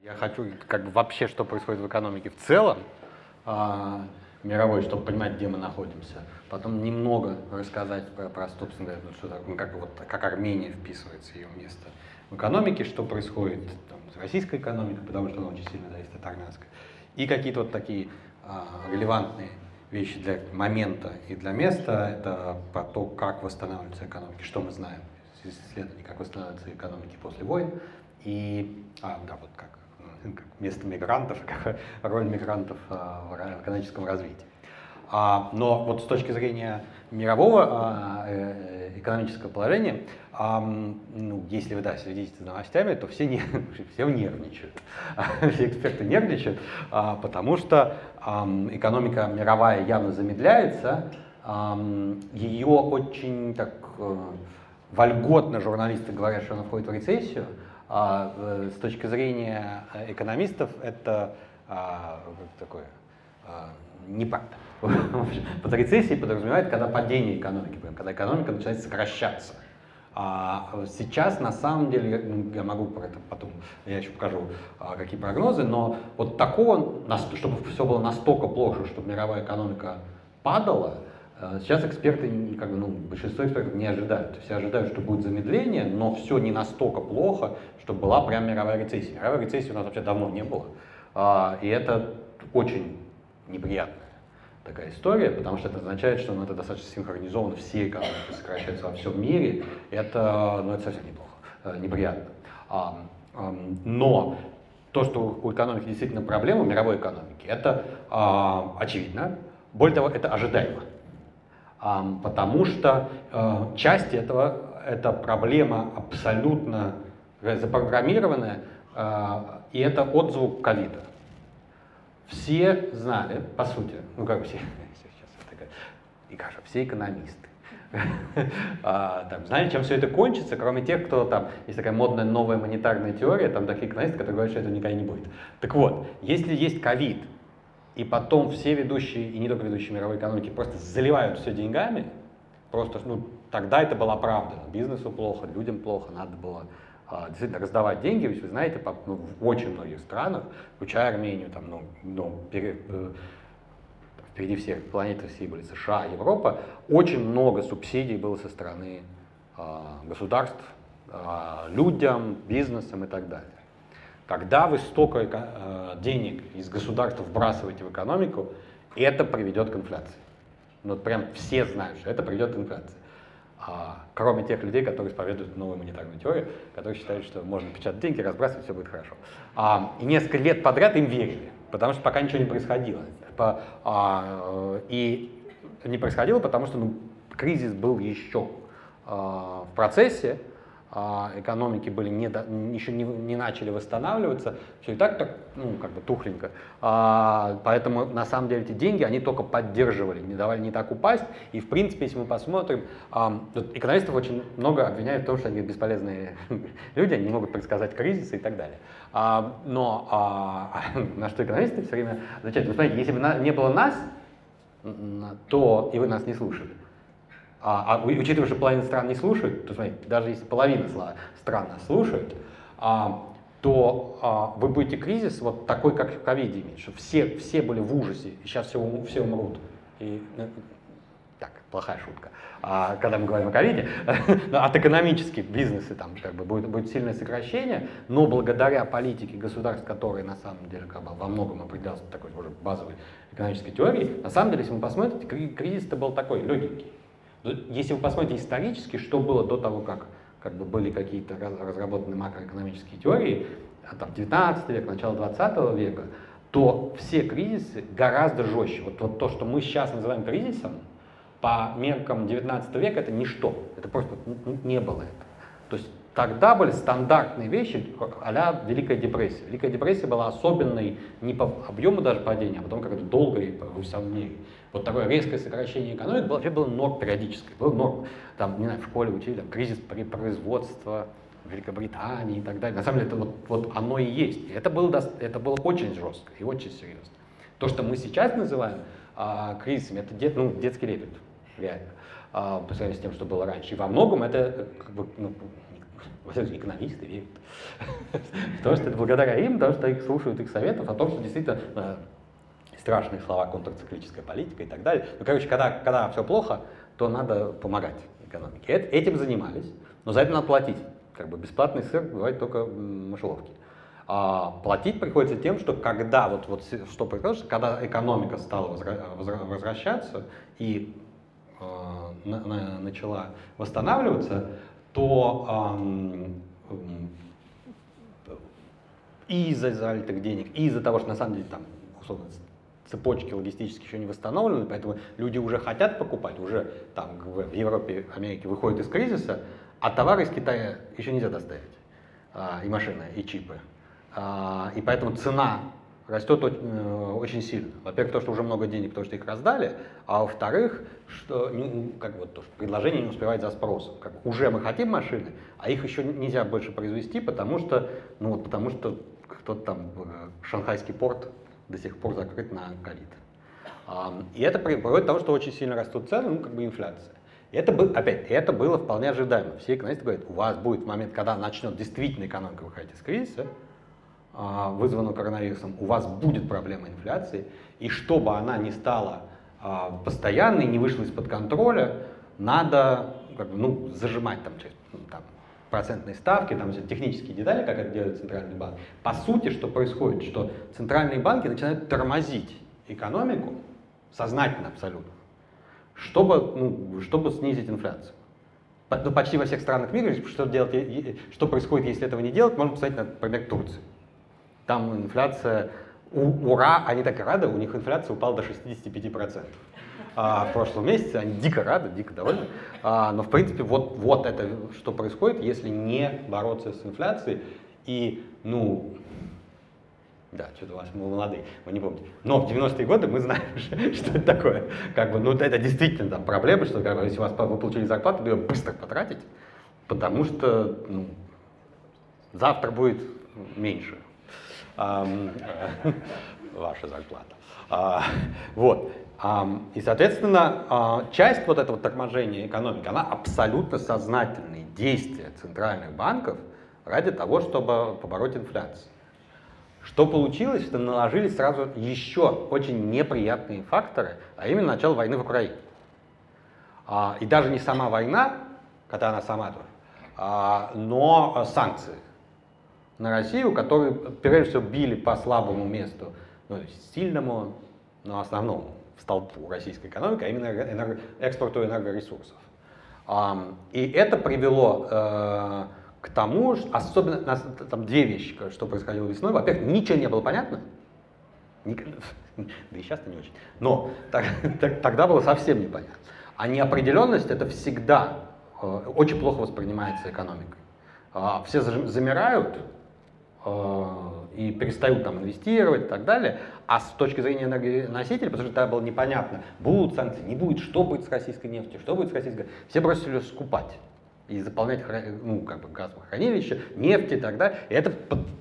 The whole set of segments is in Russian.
Я хочу как бы вообще, что происходит в экономике в целом, мировой, чтобы понимать, где мы находимся. Потом немного рассказать про собственно, как Армения вписывается, ее место в экономике, что происходит там, с российской экономикой, потому что она очень сильно зависит от армянской. И какие-то вот такие релевантные вещи для момента и для места, это про то, как восстанавливаются экономики, что мы знаем из исследований, как восстанавливаются экономики после войн, и как место мигрантов, как роль мигрантов в экономическом развитии. Но вот с точки зрения мирового экономического положения, если вы следите за новостями, то все нервничают. Все эксперты нервничают, потому что экономика мировая явно замедляется. Ее очень так вольготно журналисты говорят, что она входит в рецессию. С точки зрения экономистов это такое неправда. Под рецессией подразумевает, когда падение экономики, когда экономика начинает сокращаться. Сейчас, на самом деле, я могу про это потом, я еще покажу, какие прогнозы, но вот такого, чтобы все было настолько плохо, чтобы мировая экономика падала, сейчас эксперты, большинство экспертов не ожидают. Все ожидают, что будет замедление, но все не настолько плохо, чтобы была прям мировая рецессия. Мировой рецессии у нас вообще давно не было. И это очень неприятная такая история, потому что это означает, что это достаточно синхронизовано, все экономики сокращаются во всем мире. Это совсем неплохо, неприятно. Но то, что у экономики действительно проблема, мировой экономики, это очевидно. Более того, это ожидаемо. Потому что часть этого — это проблема абсолютно запрограммированная, и это отзвук ковида. Все знали, по сути, все экономисты, знали, чем все это кончится, кроме тех, кто есть такая модная новая монетарная теория, такие экономисты, которые говорят, что этого никогда не будет. Так вот, если есть ковид, и потом все ведущие, и не только ведущие мировой экономики, просто заливают все деньгами, тогда это было оправдано. Бизнесу плохо, людям плохо, надо было действительно раздавать деньги. Ведь вы знаете, в очень многих странах, включая Армению, впереди всех планеты всей были США, Европа, очень много субсидий было со стороны государств, людям, бизнесам и так далее. Когда вы столько денег из государства вбрасываете в экономику, это приведет к инфляции. Прям все знают, что это приведет к инфляции. Кроме тех людей, которые исповедуют новую монетарную теорию, которые считают, что можно печатать деньги, разбрасывать, все будет хорошо. И несколько лет подряд им верили, потому что пока ничего не происходило. И не происходило, потому что кризис был еще в процессе, экономики были еще не начали восстанавливаться, все и так тухленько. Поэтому на самом деле эти деньги, они только поддерживали, не давали не так упасть. И в принципе, если мы посмотрим, экономистов очень много обвиняют в том, что они бесполезные люди, они не могут предсказать кризисы и так далее. Но на что экономисты все время отвечают: вы смотрите, если бы не было нас, то и вы нас не слушали. Учитывая, что половина стран не слушают, то смотрите, даже если половина стран нас слушает, то вы будете кризис вот такой, как в ковиде иметь, что все были в ужасе, и сейчас все умрут. И, плохая шутка, когда мы говорим о ковиде. От экономических бизнеса будет сильное сокращение, но благодаря политике государств, которые на самом деле во многом определялся такой уже базовой экономической теорией, на самом деле, если мы посмотрим, кризис-то был такой легенький. Если вы посмотрите исторически, что было до того, как были какие-то разработаны макроэкономические теории, 19 век, начало 20 века, то все кризисы гораздо жестче. Вот то, что мы сейчас называем кризисом, по меркам 19 века это ничто. Это просто не было это. То есть тогда были стандартные вещи а-ля Великая депрессия. Великая депрессия была особенной не по объему даже падения, а потом как-то долгой во всем мире. Вот такое резкое сокращение экономики вообще было норм периодическое. Было норм. В школе учили кризис производства в Великобритании и так далее. На самом деле это вот оно и есть. И это было очень жестко и очень серьезно. То, что мы сейчас называем кризисами, это детский лепет, реально, по сравнению с тем, что было раньше. И во многом это, во всяком случае, экономисты верят, в то, что это благодаря им, потому что их слушают их советов о том, что действительно страшные слова контрциклическая политика и так далее. Ну, короче, когда все плохо, то надо помогать экономике. Этим занимались, но за это надо платить. Как бы бесплатный сыр бывает только в мышеловке. А платить приходится тем, что когда что происходит, когда экономика стала возвращаться и начала восстанавливаться, то и из-за залитых денег, и из-за того, что на самом деле там условно цепочки логистические еще не восстановлены, поэтому люди уже хотят покупать, уже там в Европе, Америке выходят из кризиса, а товары из Китая еще нельзя доставить, и машины, и чипы. И поэтому цена растет очень сильно. Во-первых, то, что уже много денег, потому что их раздали, а во-вторых, что то, что предложение не успевает за спросом. Уже мы хотим машины, а их еще нельзя больше произвести, потому что кто-то там шанхайский порт до сих пор закрыт на ковид. И это приводит к тому, что очень сильно растут цены, инфляция. И это было вполне ожидаемо. Все экономисты говорят, у вас будет момент, когда начнет действительно экономика выходить из кризиса, вызванного коронавирусом, у вас будет проблема инфляции, и чтобы она не стала постоянной, не вышла из-под контроля, надо зажимать процентные ставки, технические детали, как это делает Центральный банк. По сути, что происходит, что центральные банки начинают тормозить экономику, сознательно абсолютно, чтобы снизить инфляцию. Почти во всех странах мира, что происходит, если этого не делать, можно посмотреть, например, Турции. Там инфляция, ура, они так рады, у них инфляция упала до 65%. В прошлом месяце они дико рады, дико довольны. Но, в принципе, вот это, что происходит, если не бороться с инфляцией. И, что-то у вас мы молодые, вы не помните. Но в 90-е годы мы знаем, что это такое. Это действительно проблема, что если вы получили зарплату, то ее быстро потратить, потому что завтра будет меньше ваша зарплата. И, соответственно, часть этого торможения экономики, она абсолютно сознательные действия центральных банков ради того, чтобы побороть инфляцию. Что получилось, что наложились сразу еще очень неприятные факторы, а именно начало войны в Украине. И даже не сама война, хотя она сама тоже, но санкции на Россию, которые, прежде всего, били по слабому месту, сильному, но основному столпу российской экономики, а именно экспорту энергоресурсов. И это привело к тому, что особенно там две вещи, что происходило весной. Во-первых, ничего не было понятно, да и сейчас-то не очень, но тогда было совсем непонятно. А неопределенность это всегда очень плохо воспринимается экономикой. Все замирают и перестают инвестировать и так далее, а с точки зрения энергоносителей, потому что тогда было непонятно, будут санкции, не будет, что будет с российской нефтью, что будет с российской, все бросили ее скупать и заполнять газохранилища, нефть и так далее. И это,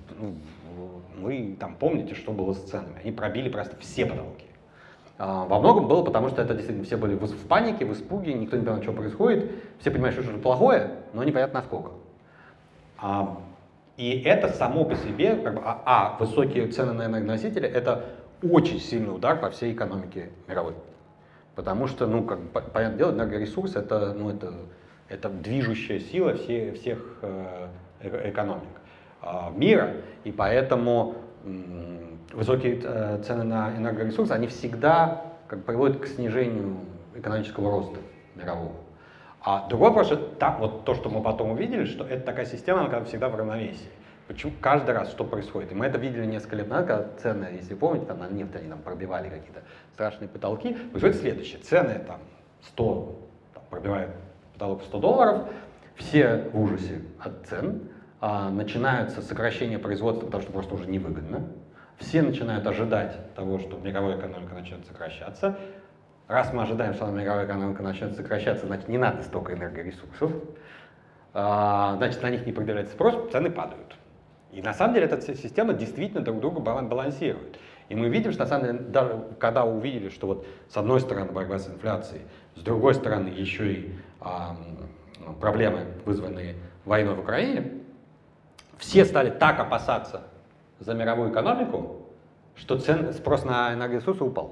вы помните, что было с ценами, они пробили просто все потолки. Во многом было потому, что это действительно все были в панике, в испуге, никто не понимал, что происходит, все понимают, что что-то плохое, но непонятно насколько. И это само по себе, высокие цены на энергоносители, это очень сильный удар по всей экономике мировой. Потому что, понятное дело, энергоресурс это движущая сила всех экономик мира, и поэтому высокие цены на энергоресурсы, они всегда приводят к снижению экономического роста мирового. А другой вопрос, то, что мы потом увидели, что это такая система, она всегда в равновесии. Почему каждый раз что происходит? И мы это видели несколько лет назад, когда цены, если помните, на нефть они пробивали какие-то страшные потолки. Происходит следующее. Цены 100, пробивают потолок $100, все в ужасе от цен, начинается сокращение производства, потому что просто уже невыгодно. Все начинают ожидать того, что мировая экономика начнет сокращаться. Раз мы ожидаем, что мировая экономика начнет сокращаться, значит, не надо столько энергоресурсов, значит, на них не проявляется спрос, цены падают. И на самом деле эта система действительно друг друга балансирует. И мы видим, что на самом деле, даже когда увидели, что с одной стороны борьба с инфляцией, с другой стороны еще и проблемы, вызванные войной в Украине, все стали так опасаться за мировую экономику, что спрос на энергоресурсы упал.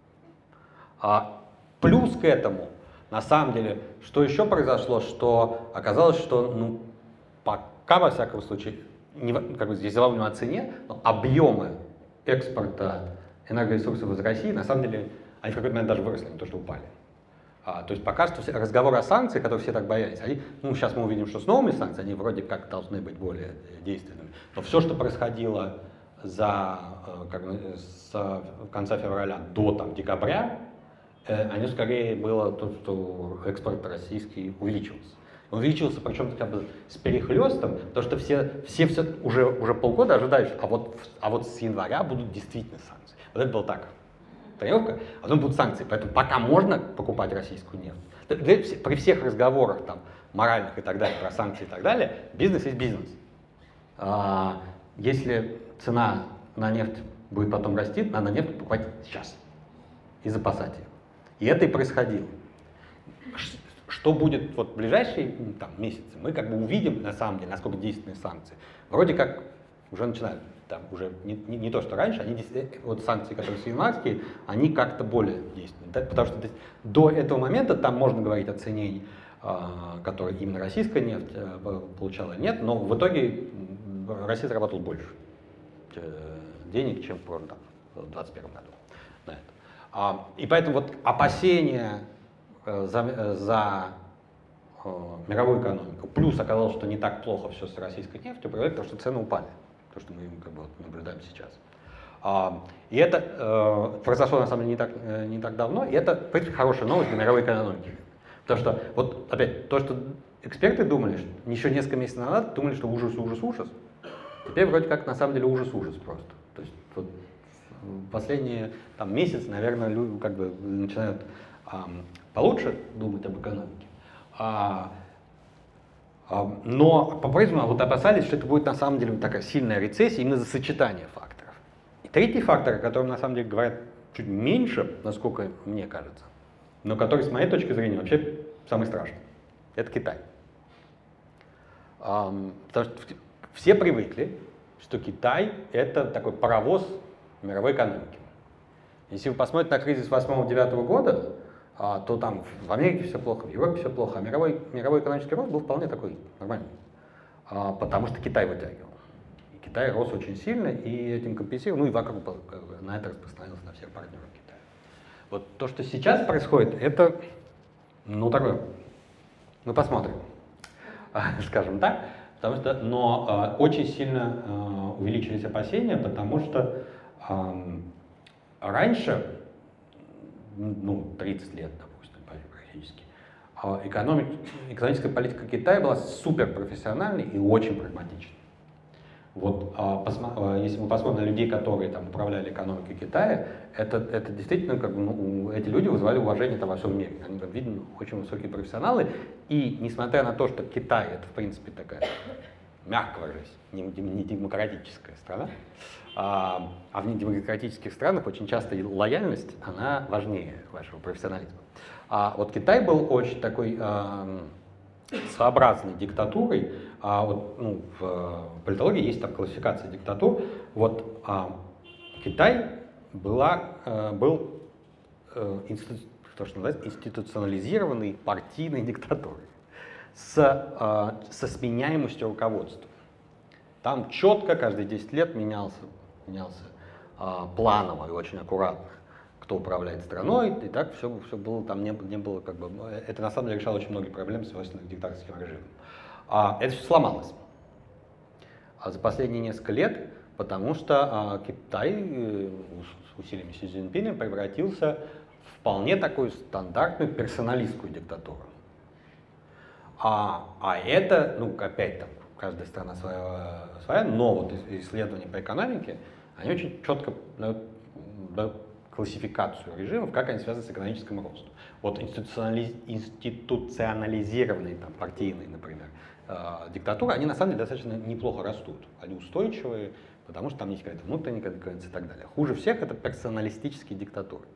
Плюс к этому, на самом деле, что еще произошло, что оказалось, что пока, во всяком случае, здесь дело не о цене, но объемы экспорта энергоресурсов из России, на самом деле, они в какой-то момент даже выросли, не то что упали. То есть пока что разговоры о санкциях, которые все так боялись, сейчас мы увидим, что с новыми санкциями, они вроде как должны быть более действенными. Но все, что происходило с конца февраля до декабря, оно скорее было то, что экспорт российский увеличивался. Он увеличился, причем с перехлестом, потому что все уже полгода ожидают, что а вот с января будут действительно санкции. Вот это было так. Тренировка, а потом будут санкции. Поэтому пока можно покупать российскую нефть. При всех разговорах моральных и так далее, про санкции и так далее, бизнес есть бизнес. Если цена на нефть будет потом расти, надо нефть покупать сейчас и запасать ее. И это и происходило. Что будет в ближайшие месяцы, мы увидим на самом деле, насколько действенные санкции. Вроде как уже начинают. Уже не то, что раньше, санкции, которые январские, они как-то более действенны. Потому что до этого момента там можно говорить о цене, которую именно российская нефть получала, нет, но в итоге Россия заработала больше денег, чем в 2021 году на это. И поэтому опасения за мировую экономику, плюс оказалось, что не так плохо все с российской нефтью, привели к тому, что цены упали. То, что мы наблюдаем сейчас. И это произошло, на самом деле, не так давно, и это, в принципе, хорошая новость для мировой экономики. Потому что, опять, то, что эксперты думали, что еще несколько месяцев назад думали, что ужас, теперь вроде как, на самом деле, ужас просто. То есть, последние месяц, наверное, люди начинают получше думать об экономике. Но по-прежнему опасались, что это будет на самом деле такая сильная рецессия именно за сочетание факторов. И третий фактор, о котором на самом деле говорят чуть меньше, насколько мне кажется, но который, с моей точки зрения, вообще самый страшный, это Китай. Потому что все привыкли, что Китай — это такой паровоз мировой экономики. Если вы посмотрите на кризис 2008-2009 года, то там в Америке все плохо, в Европе все плохо, а мировой экономический рост был вполне такой нормальный, потому что Китай вытягивал. И Китай рос очень сильно, и этим компенсировал, и вокруг на это распространился на всех партнеров Китая. Вот то, что сейчас происходит, это, такое, мы посмотрим, скажем так, но очень сильно увеличились опасения, потому что раньше, 30 лет, допустим, практически, экономическая политика Китая была суперпрофессиональной и очень прагматичной. Если мы посмотрим на людей, которые управляли экономикой Китая, это действительно, эти люди вызывали уважение во всем мире. Они, видно, очень высокие профессионалы, и несмотря на то, что Китай — это, в принципе, такая, мягко выражаясь, не демократическая страна, а в недемократических странах очень часто лояльность, она важнее вашего профессионализма. Китай был очень такой своеобразной диктатурой. В политологии есть классификация диктатур. Китай был что называется институционализированной партийной диктатурой со сменяемостью руководства. Там четко каждые 10 лет менялся планово и очень аккуратно, кто управляет страной, и так все было, там не было это на самом деле решало очень многие проблемы, свойственные диктаторским режимам. Это все сломалось за последние несколько лет, потому что Китай с усилиями Си Цзиньпина превратился в вполне такую стандартную персоналистскую диктатуру. Это, опять каждая страна своя, но исследования по экономике, они очень четко дают классификацию режимов, как они связаны с экономическим ростом. Институционализированные партийные, например, диктатуры, они на самом деле достаточно неплохо растут. Они устойчивые, потому что там есть какая-то внутренняя конкуренция и так далее. Хуже всех это персоналистические диктатуры.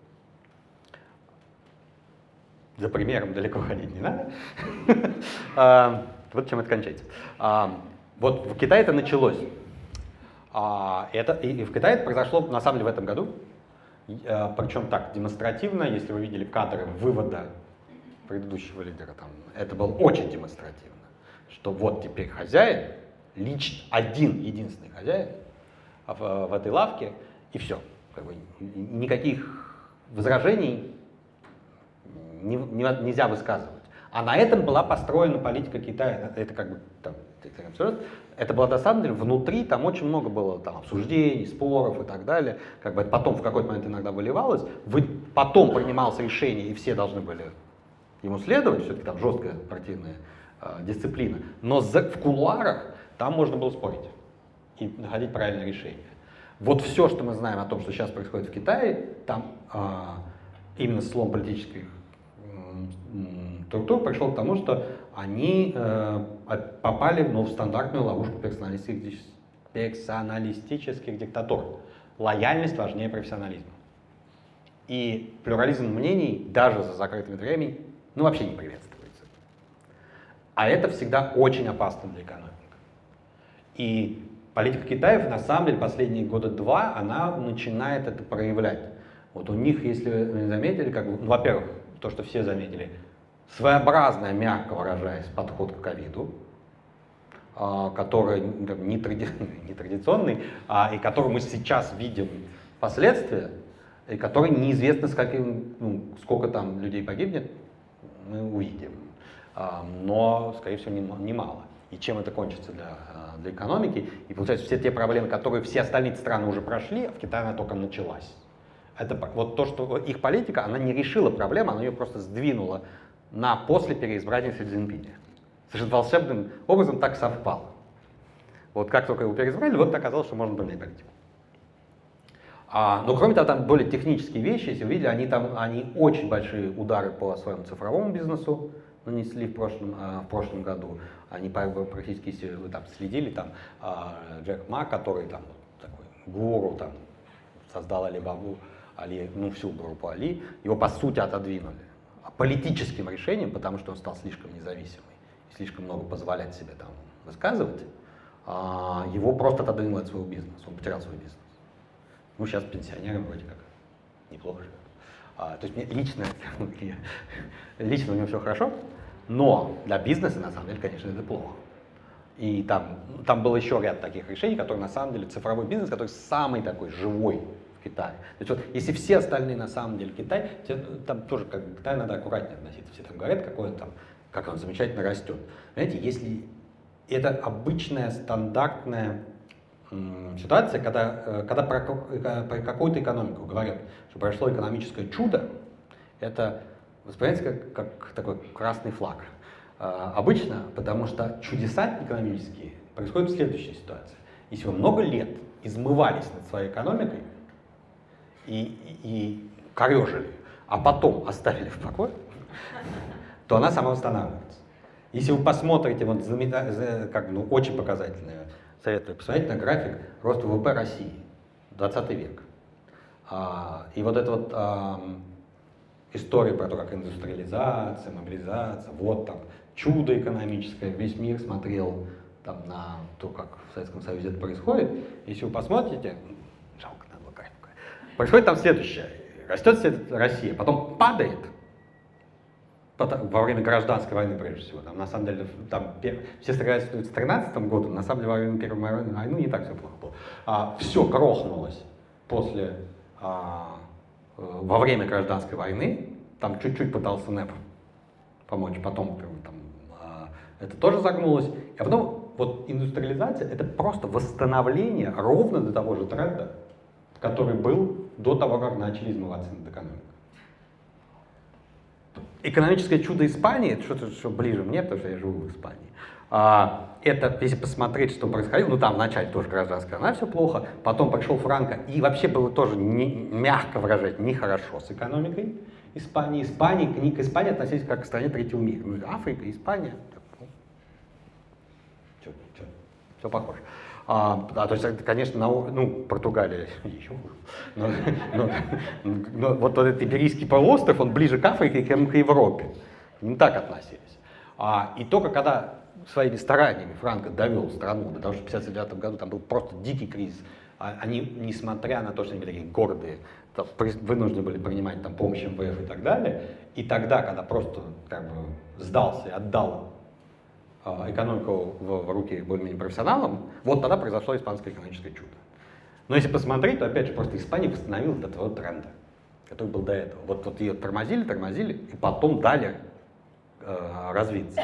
За примером далеко ходить не надо. Вот чем это кончается. Вот в Китае это началось. И в Китае это произошло на самом деле в этом году. Причем так, демонстративно, если вы видели кадры вывода предыдущего лидера, там, это было очень демонстративно, что вот теперь хозяин, один единственный хозяин в этой лавке, и все. Как бы, никаких возражений нельзя высказывать. А на этом была построена политика Китая. Это как бы там, это было на самом деле внутри, там очень много было там, обсуждений, споров и так далее. Как бы это потом в какой-то момент иногда выливалось. Потом принималось решение, и все должны были ему следовать, все-таки там жесткая партийная дисциплина. Но в кулуарах там можно было спорить и находить правильное решение. Вот все, что мы знаем о том, что сейчас происходит в Китае, там именно слом политических структур пришел к тому, что они попали в стандартную ловушку персоналистических диктатур. Лояльность важнее профессионализма. И плюрализм мнений даже за закрытыми дверями вообще не приветствуется. А это всегда очень опасно для экономики. И политика Китая, на самом деле, последние года два, она начинает это проявлять. Вот у них, если вы заметили, во-первых, то, что все заметили, своеобразный, мягко выражаясь, подход к ковиду, который нетрадиционный, и который мы сейчас видим последствия, и который неизвестно, сколько там людей погибнет, мы увидим. Но, скорее всего, немало. И чем это кончится для экономики. И получается, все те проблемы, которые все остальные страны уже прошли, а в Китае она только началась. Это вот то, что их политика, она не решила проблему, она ее просто сдвинула на после переизбрания Си Цзиньпиня. Совершенно волшебным образом так совпало. Вот как только его переизбрали, вот оказалось, что можно поменять политику. Но кроме того, там более технические вещи, если вы видели, они очень большие удары по своему цифровому бизнесу нанесли в прошлом году. Они практически, если вы там следили, там Джек Ма, который там такой гуру, там создал Алибабу, всю группу Али, его по сути отодвинули политическим решением, потому что он стал слишком независимый, слишком много позволять себе там высказывать, его просто отодвинули от своего бизнеса, он потерял свой бизнес. Сейчас пенсионерам вроде как неплохо живет. То есть лично у него все хорошо, но для бизнеса, на самом деле, конечно, это плохо. И там был еще ряд таких решений, которые, на самом деле, цифровой бизнес, который самый такой живой в Китае. То есть вот, если все остальные, на самом деле, Китай, там тоже к Китаю надо аккуратнее относиться. Все там говорят, как он замечательно растет. Знаете, если это обычная, стандартная ситуация, когда про какую-то экономику говорят, что произошло экономическое чудо, это воспринимается как такой красный флаг. Обычно, потому что чудеса экономические происходят в следующей ситуации. Если вы много лет измывались над своей экономикой и корежили, а потом оставили в покое, то она сама восстанавливается. Если вы посмотрите, очень показательное, советую посмотреть на график роста ВВП России, 20 век. И вот эта вот история про то, как индустриализация, мобилизация, вот там чудо экономическое, весь мир смотрел там на то, как в Советском Союзе это происходит. Если вы посмотрите, жалко, надо было графику, происходит там следующее. Растет Россия, потом падает, во время гражданской войны, прежде всего. Там, на самом деле, все стараются в 2013 году, на самом деле, во время Первой мировой войны не так все плохо было. Все грохнулось во время гражданской войны. Там чуть-чуть пытался НЭП помочь, потом это тоже загнулось. А потом вот индустриализация — это просто восстановление ровно до того же тренда, который был до того, как начали измываться над экономикой. Экономическое чудо Испании, это что-то, что ближе мне, потому что я живу в Испании. Это, если посмотреть, что происходило, там вначале тоже гражданская война, все плохо, потом пришел Франко, и вообще было тоже, мягко выражать, нехорошо с экономикой Испании. К Испании относились как к стране третьего мира. Африка, Испания, все похоже. То есть, конечно, Португалия еще хуже. Но вот этот Иберийский полуостров, он ближе к Африке, чем к Европе. Не так относились. И только когда своими стараниями Франко довел страну до того, что в 1959 году там был просто дикий кризис. Они, несмотря на то, что они были такие гордые, вынуждены были принимать там помощь МВФ и так далее. И тогда, когда просто как бы сдался и отдал экономику в руки более-менее профессионалам, вот тогда произошло испанское экономическое чудо. Но если посмотреть, то опять же просто Испания восстановила этот вот тренд, который был до этого. Вот ее тормозили, и потом дали развиться.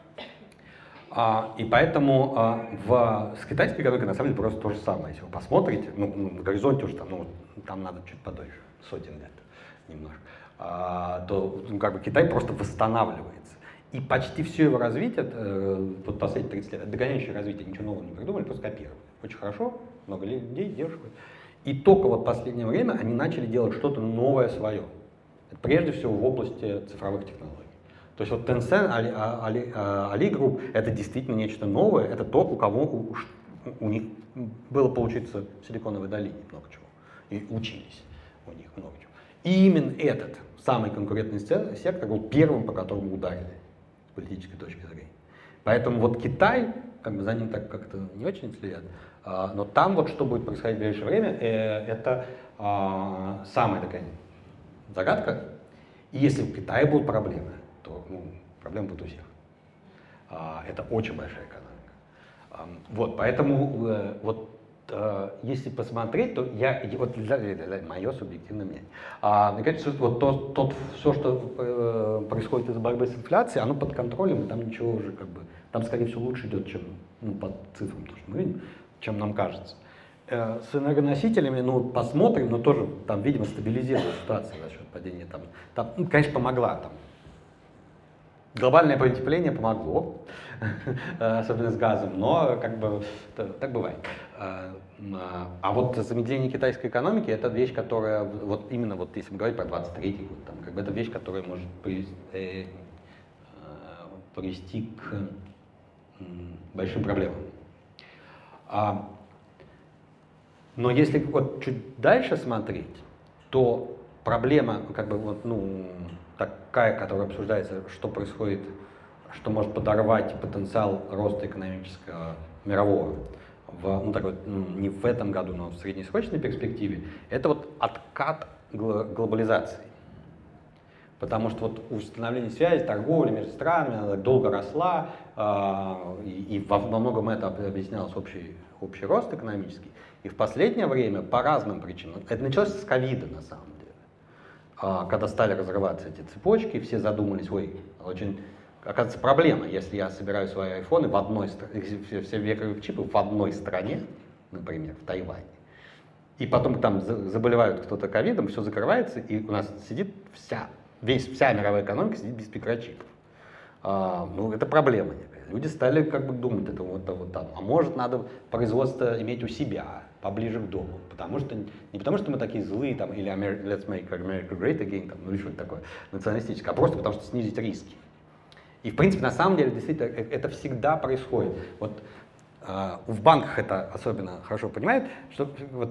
И поэтому с китайской экономикой на самом деле просто то же самое. Если вы посмотрите, на горизонте уже там надо чуть подольше, сотен лет немножко, то как бы Китай просто восстанавливается. И почти все его развитие, вот последние 30 лет, догоняющее развитие, ничего нового не придумали, просто копировали. Очень хорошо, много людей, дешево. И только вот в последнее время они начали делать что-то новое свое. Прежде всего в области цифровых технологий. То есть вот Tencent, Ali Group — это действительно нечто новое, это то, у кого у них было поучиться в Силиконовой долине много чего, и учились у них много чего. И именно этот самый конкурентный сектор был первым, по которому ударили с политической точки зрения. Поэтому вот Китай, как бы за ним так как-то не очень следят, но там вот что будет происходить в ближайшее время, это самая такая загадка. И если в Китае будут проблемы, то проблемы будут у всех. Это очень большая экономика. Вот, поэтому если посмотреть, то мое субъективное мнение. Мне кажется, вот все, что происходит из-за борьбы с инфляцией, оно под контролем, и там ничего уже там, скорее всего, лучше идет, чем по цифрам, то, что мы видим, чем нам кажется. С энергоносителями, посмотрим, но тоже там, видимо, стабилизировала ситуацию за счет падения там, конечно, помогла там. Глобальное потепление помогло, особенно с газом, но как бы так бывает. А вот замедление китайской экономики — это вещь, которая, вот именно вот если мы говорим про 23-й год, там, как бы это вещь, которая может привести к большим проблемам. Но если вот чуть дальше смотреть, то проблема, как бы такая, которая обсуждается, что происходит, что может подорвать потенциал роста экономического мирового не в этом году, но в среднесрочной перспективе, это вот откат глобализации. Потому что вот установление связи, торговля между странами, она долго росла, и во многом это объяснялось общий рост экономический. И в последнее время по разным причинам, это началось с ковида на самом деле, когда стали разрываться эти цепочки, все задумались, оказывается, проблема, если я собираю свои айфоны в одной стране, все вековые чипы в одной стране, например, в Тайване, и потом там заболевают кто-то ковидом, все закрывается, и у нас сидит вся мировая экономика сидит без микрочипов. Это проблема. Люди стали думать, а может надо производство иметь у себя, поближе к дому, не потому что мы такие злые, или let's make America great again, или что-то такое националистическое, а просто потому что снизить риски. И в принципе, на самом деле, действительно, это всегда происходит. Вот в банках это особенно хорошо понимают, что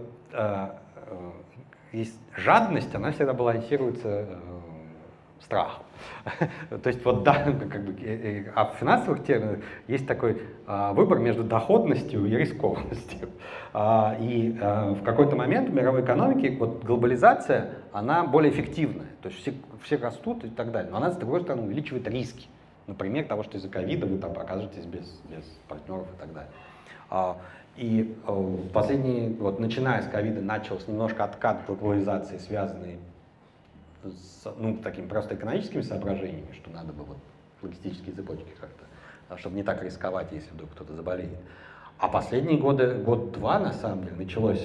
есть жадность, она всегда балансируется страхом. То есть а в финансовых терминах есть такой выбор между доходностью и рискованностью. И в какой-то момент в мировой экономике глобализация, она более эффективная. То есть все растут и так далее. Но она, с другой стороны, увеличивает риски. Например, того, что из-за ковида вы окажетесь без партнеров и так далее. И начиная с ковида, начался немножко откат глобализации, связанный с такими просто экономическими соображениями, что надо было логистические цепочки как-то, чтобы не так рисковать, если вдруг кто-то заболеет. А последние год-два, на самом деле, началось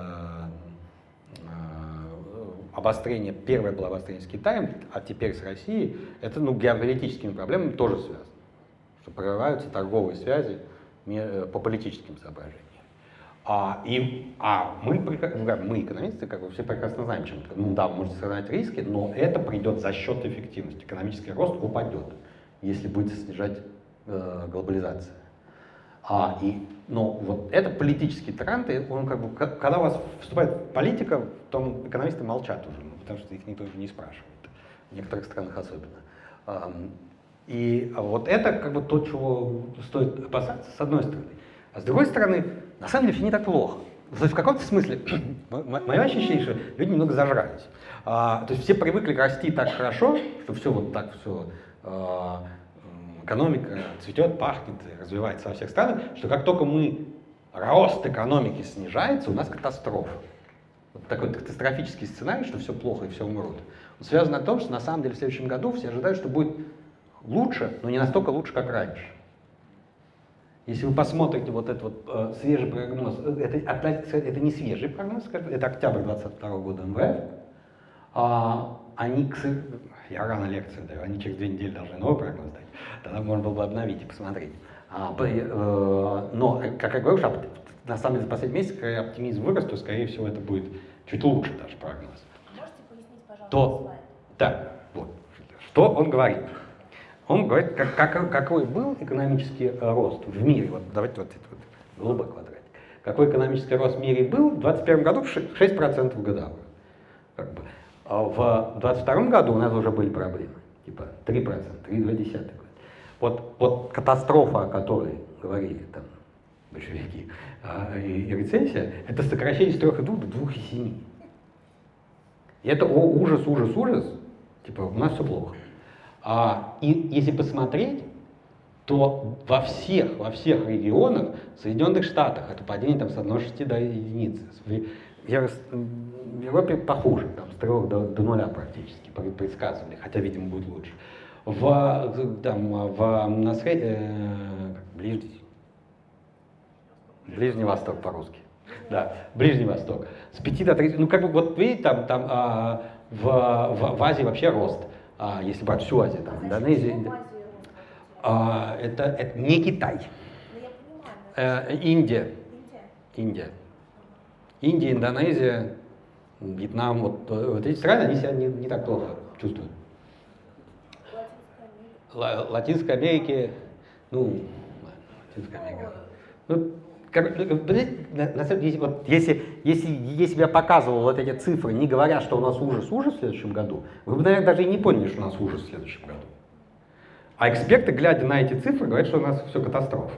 обострение, первое было обострение с Китаем, а теперь с Россией. Это геополитическими проблемами тоже связано, что прорываются торговые связи по политическим соображениям. Мы, экономисты, все прекрасно знаем, чем это. Вы можете сохранять риски, но это придет за счет эффективности. Экономический рост упадет, если будет снижать глобализация. Но это политический тренд, и когда у вас вступает политика, то экономисты молчат уже, потому что их никто уже не спрашивает, в некоторых странах особенно. И вот это как бы то, чего стоит опасаться, с одной стороны. А с другой стороны, на самом деле все не так плохо. То есть в каком-то смысле, мое ощущение, что люди немного зажрались. То есть все привыкли расти так хорошо, что все вот так все, экономика цветет, пахнет, развивается во всех странах, что как только рост экономики снижается, у нас катастрофа. Вот такой катастрофический сценарий, что все плохо и все умрут. Он связан на том, что на самом деле в следующем году все ожидают, что будет лучше, но не настолько лучше, как раньше. Если вы посмотрите вот этот вот свежий прогноз, это не свежий прогноз, это октябрь 2022 года МВФ, я рано лекцию даю, они через 2 недели должны новый прогноз дать, тогда можно было бы обновить и посмотреть. Но, как я говорю, на самом деле за последний месяц, когда оптимизм вырос, то, скорее всего, это будет чуть лучше даже прогноз. Можете пояснить, пожалуйста, слайд? Да, вот. Что он говорит? Он говорит, какой был экономический рост в мире. Вот давайте вот этот вот голубой квадратик. Какой экономический рост в мире был в 2021 году? 6% годовых. Как бы. А в 2022 году у нас уже были проблемы. Типа 3%, 3,2%. Вот катастрофа, о которой говорили там большевики, и рецессия, это сокращение с 3,2 до 2,7. И это ужас. Типа у нас все плохо. И если посмотреть, то во всех регионах Соединенных Штатах это падение там, с 1,6 до 1. В Европе похуже, там, с 3 до 0 практически предсказывали, хотя, видимо, будет лучше. Ближний Восток по-русски. Да, Ближний Восток. С 5 до 30, ну как бы вот видите, там в Азии вообще рост. Если брать всю Азию, там, Индонезия. Это не Китай. Индия, Индонезия, Вьетнам, вот эти страны, они себя не так плохо чувствуют. Латинской Америки, Латинская Америка. На самом деле, вот, если бы я показывал вот эти цифры, не говоря, что у нас ужас в следующем году, вы бы, наверное, даже и не поняли, что у нас ужас в следующем году. А эксперты, глядя на эти цифры, говорят, что у нас все катастрофа.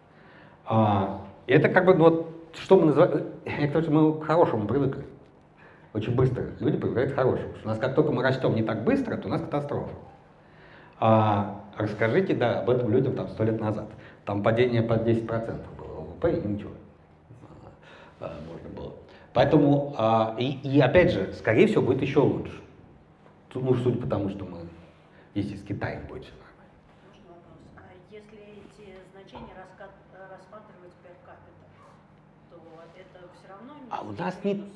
И это как бы, вот, что мы называем, мы к хорошему привыкли. Очень быстро люди привыкают к хорошему. У нас как только мы растем не так быстро, то у нас катастрофа. Расскажите, да, об этом людям там 100 лет назад. Там падение под 10% было ВВП и ничего. Можно было. Поэтому, и опять же, скорее всего, будет еще лучше. Судя по тому, что если с Китаем будет все нормально. Можно вопрос? Если эти значения рассматривать per capita, то это все равно не... У нас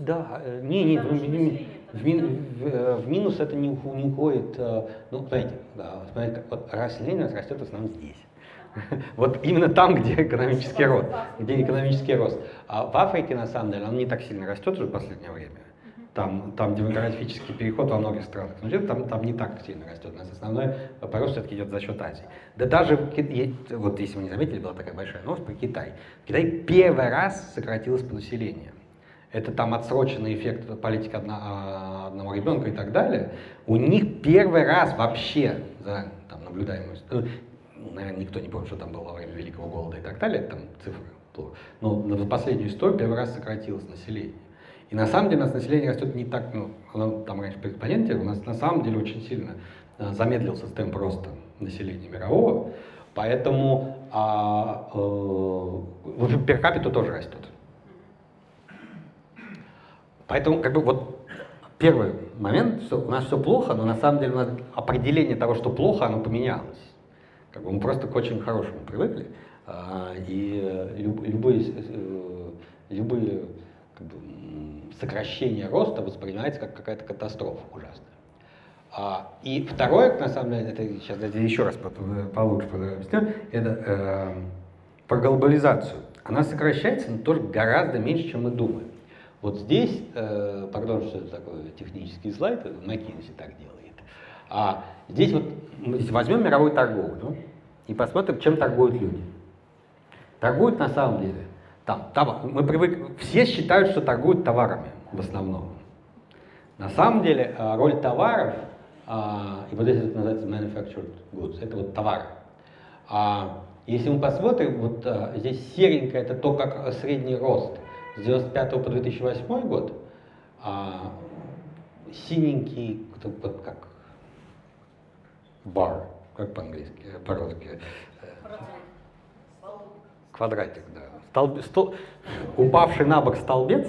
в минус это не уходит. Знаете, смотрите, вот население у нас растет в основном здесь. Вот именно там, где экономический рост. А в Африке, на самом деле, он не так сильно растет уже в последнее время. Там демографический переход во многих странах. Но там не так сильно растет. У нас основной рост все-таки идет за счет Азии. Да даже, вот если вы не заметили, была такая большая новость про Китай. Китай первый раз сократилось по населению. Это там отсроченный эффект политики одного ребенка и так далее. У них первый раз вообще за наблюдаемую... наверное, никто не помнит, что там было во время Великого голода и так далее, там цифры плохо. Но за последнюю историю первый раз сократилось население. И на самом деле у нас население растет не так, оно там раньше по экспоненте, у нас на самом деле очень сильно замедлился темп роста населения мирового, поэтому per capita тоже растет. Поэтому как бы вот первый момент, у нас все плохо, но на самом деле у нас определение того, что плохо, оно поменялось. Как бы мы просто к очень хорошему привыкли, и любые как бы, сокращения роста воспринимается как какая-то катастрофа ужасная. И второе, на самом деле, это сейчас еще раз получше объясню, это про глобализацию. Она сокращается, но тоже гораздо меньше, чем мы думаем. Вот здесь, пардон, что это такой технический слайд, McKinsey так делает. Здесь вот возьмем мировую торговлю и посмотрим, чем торгуют люди. Торгуют на самом деле. Мы привыкли, все считают, что торгуют товарами в основном. На самом деле роль товаров И вот это называется manufactured goods, это вот товар. Если мы посмотрим, вот здесь серенькое это то, как средний рост с 1995 по 2008 год, синенький, вот как бар, как по-английски, по-русски. Квадратик, да. Упавший на бок столбец,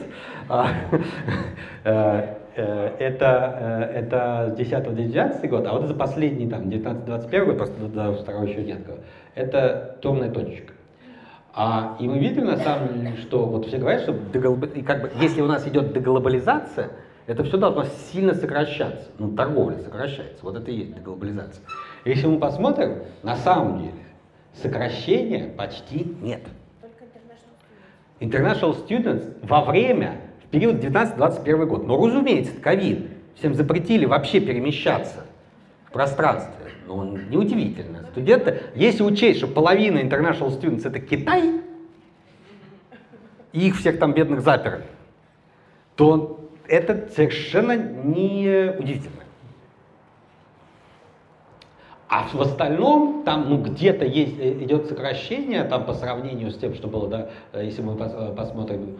это с 10-19 год, а вот за последний, там, 19-21 год, просто до второго еще нет, это темная точечка. И мы видим, на самом деле, что вот все говорят, что если у нас идет деглобализация, это все должно сильно сокращаться. Ну, торговля сокращается, вот это и есть деглобализация. Если мы посмотрим, на самом деле, сокращения почти нет. Только International Students в период 19-21 год, ну, разумеется, ковид, всем запретили вообще перемещаться в пространстве. Ну, неудивительно. Студенты, если учесть, что половина International Students это Китай, и их всех там бедных заперли, то это совершенно не удивительно. А в остальном там где-то идет сокращение там, по сравнению с тем, что было, да, если мы посмотрим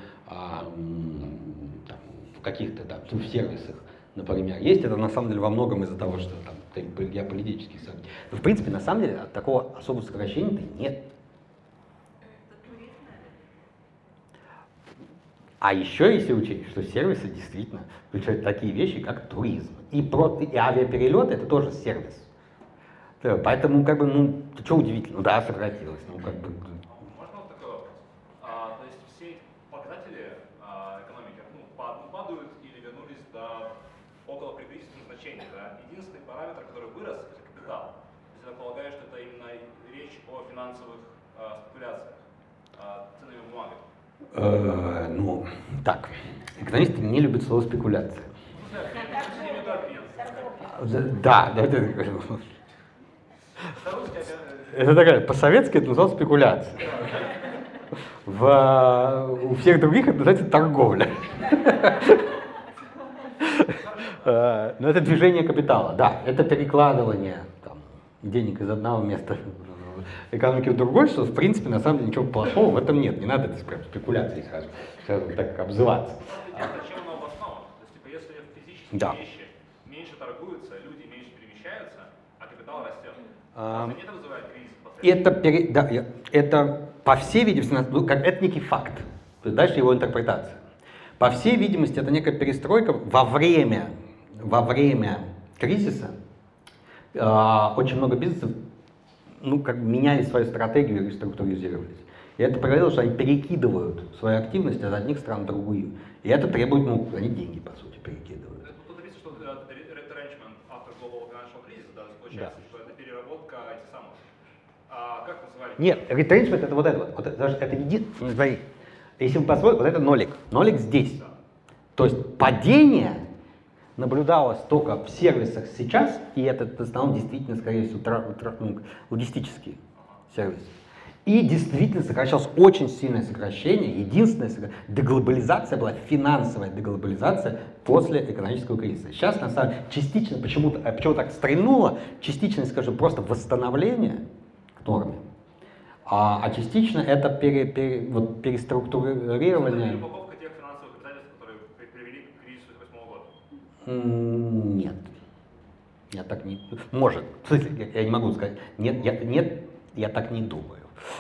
в каких-то в сервисах, например, есть это на самом деле во многом из-за того, что там геополитических событий. Но в принципе, на самом деле, такого особого сокращения нет. А еще если учесть, что сервисы действительно включают такие вещи, как туризм. И авиаперелеты это тоже сервис. Поэтому, что удивительно, да, сократилось. Можно вот такой вопрос? То есть все эти показатели экономики падают или вернулись до около предкризисных значений, да? Единственный параметр, который вырос, это капитал. То есть я полагаю, что это именно речь о финансовых спекуляциях ценными бумагами. Так, экономисты не любят слово спекуляция. Да. Это такая, по-советски это называлось спекуляция. У всех других это называется торговля. Но это движение капитала, да, это перекладывание денег из одного места экономики в другой, что в принципе на самом деле ничего плохого в этом нет. Не надо это прям спекуляцией сразу так обзываться. Зачем оно обосновано? То есть, если физические вещи меньше торгуются, люди меньше перемещаются, а капитал растет. Это не вызывает кризис? Это по всей видимости, это некий факт. То есть дальше его интерпретация. По всей видимости, это некая перестройка во время кризиса. Очень много бизнесов меняли свою стратегию и реструктуризировались. И это приводило, что они перекидывают свою активность от одних стран в другую. И это требует, они деньги, по сути, перекидывают. Тут написано, что retrenchment after global financial crisis, да, получается, что это переработка этих самых. Как называли? Нет, retrenchment это вот это. Это единственное. Если вы посмотрите, вот это нолик. Нолик здесь. Да. То есть падение наблюдалось только в сервисах сейчас, и это в основном действительно, скорее всего, логистические сервисы. И действительно сокращалось очень сильное сокращение. Единственная деглобализация была финансовая деглобализация после экономического кризиса. Сейчас, на самом деле, частично, почему так стрельнуло, частично, скажем, просто восстановление к норме, а частично это переструктурирование. Это упаковка тех финансовых обязательств, которые привели к кризису 2008 года? Нет. Я так не... Может. В смысле, я не могу сказать. Нет, я так не думаю.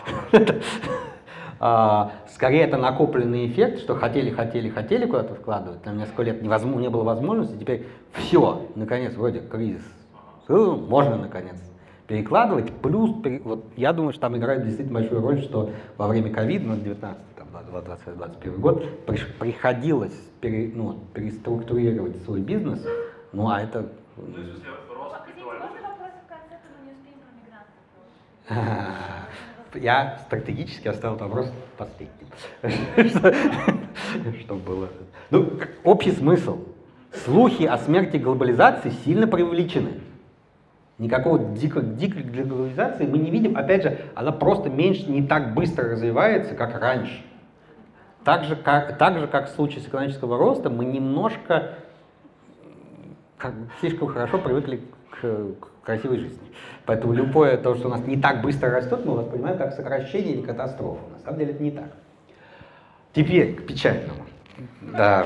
Скорее, это накопленный эффект, что хотели куда-то вкладывать. Нам несколько лет не было возможности, теперь все, наконец, вроде кризис. Можно, наконец, перекладывать. Плюс, я думаю, что там играет действительно большую роль, что во время ковида, 19-21 год, приходилось переструктурировать свой бизнес. А это... Я стратегически оставил вопрос последним. Что было? Общий смысл. Слухи о смерти глобализации сильно преувеличены. Никакого дикой глобализации мы не видим. Опять же, она просто не так быстро развивается, как раньше. Так же, как в случае с экономического роста, мы немножко слишком хорошо привыкли к красивой жизни. Поэтому любое то, что у нас не так быстро растет, мы воспринимаем как сокращение или катастрофу. На самом деле это не так. Теперь к печальному. Да.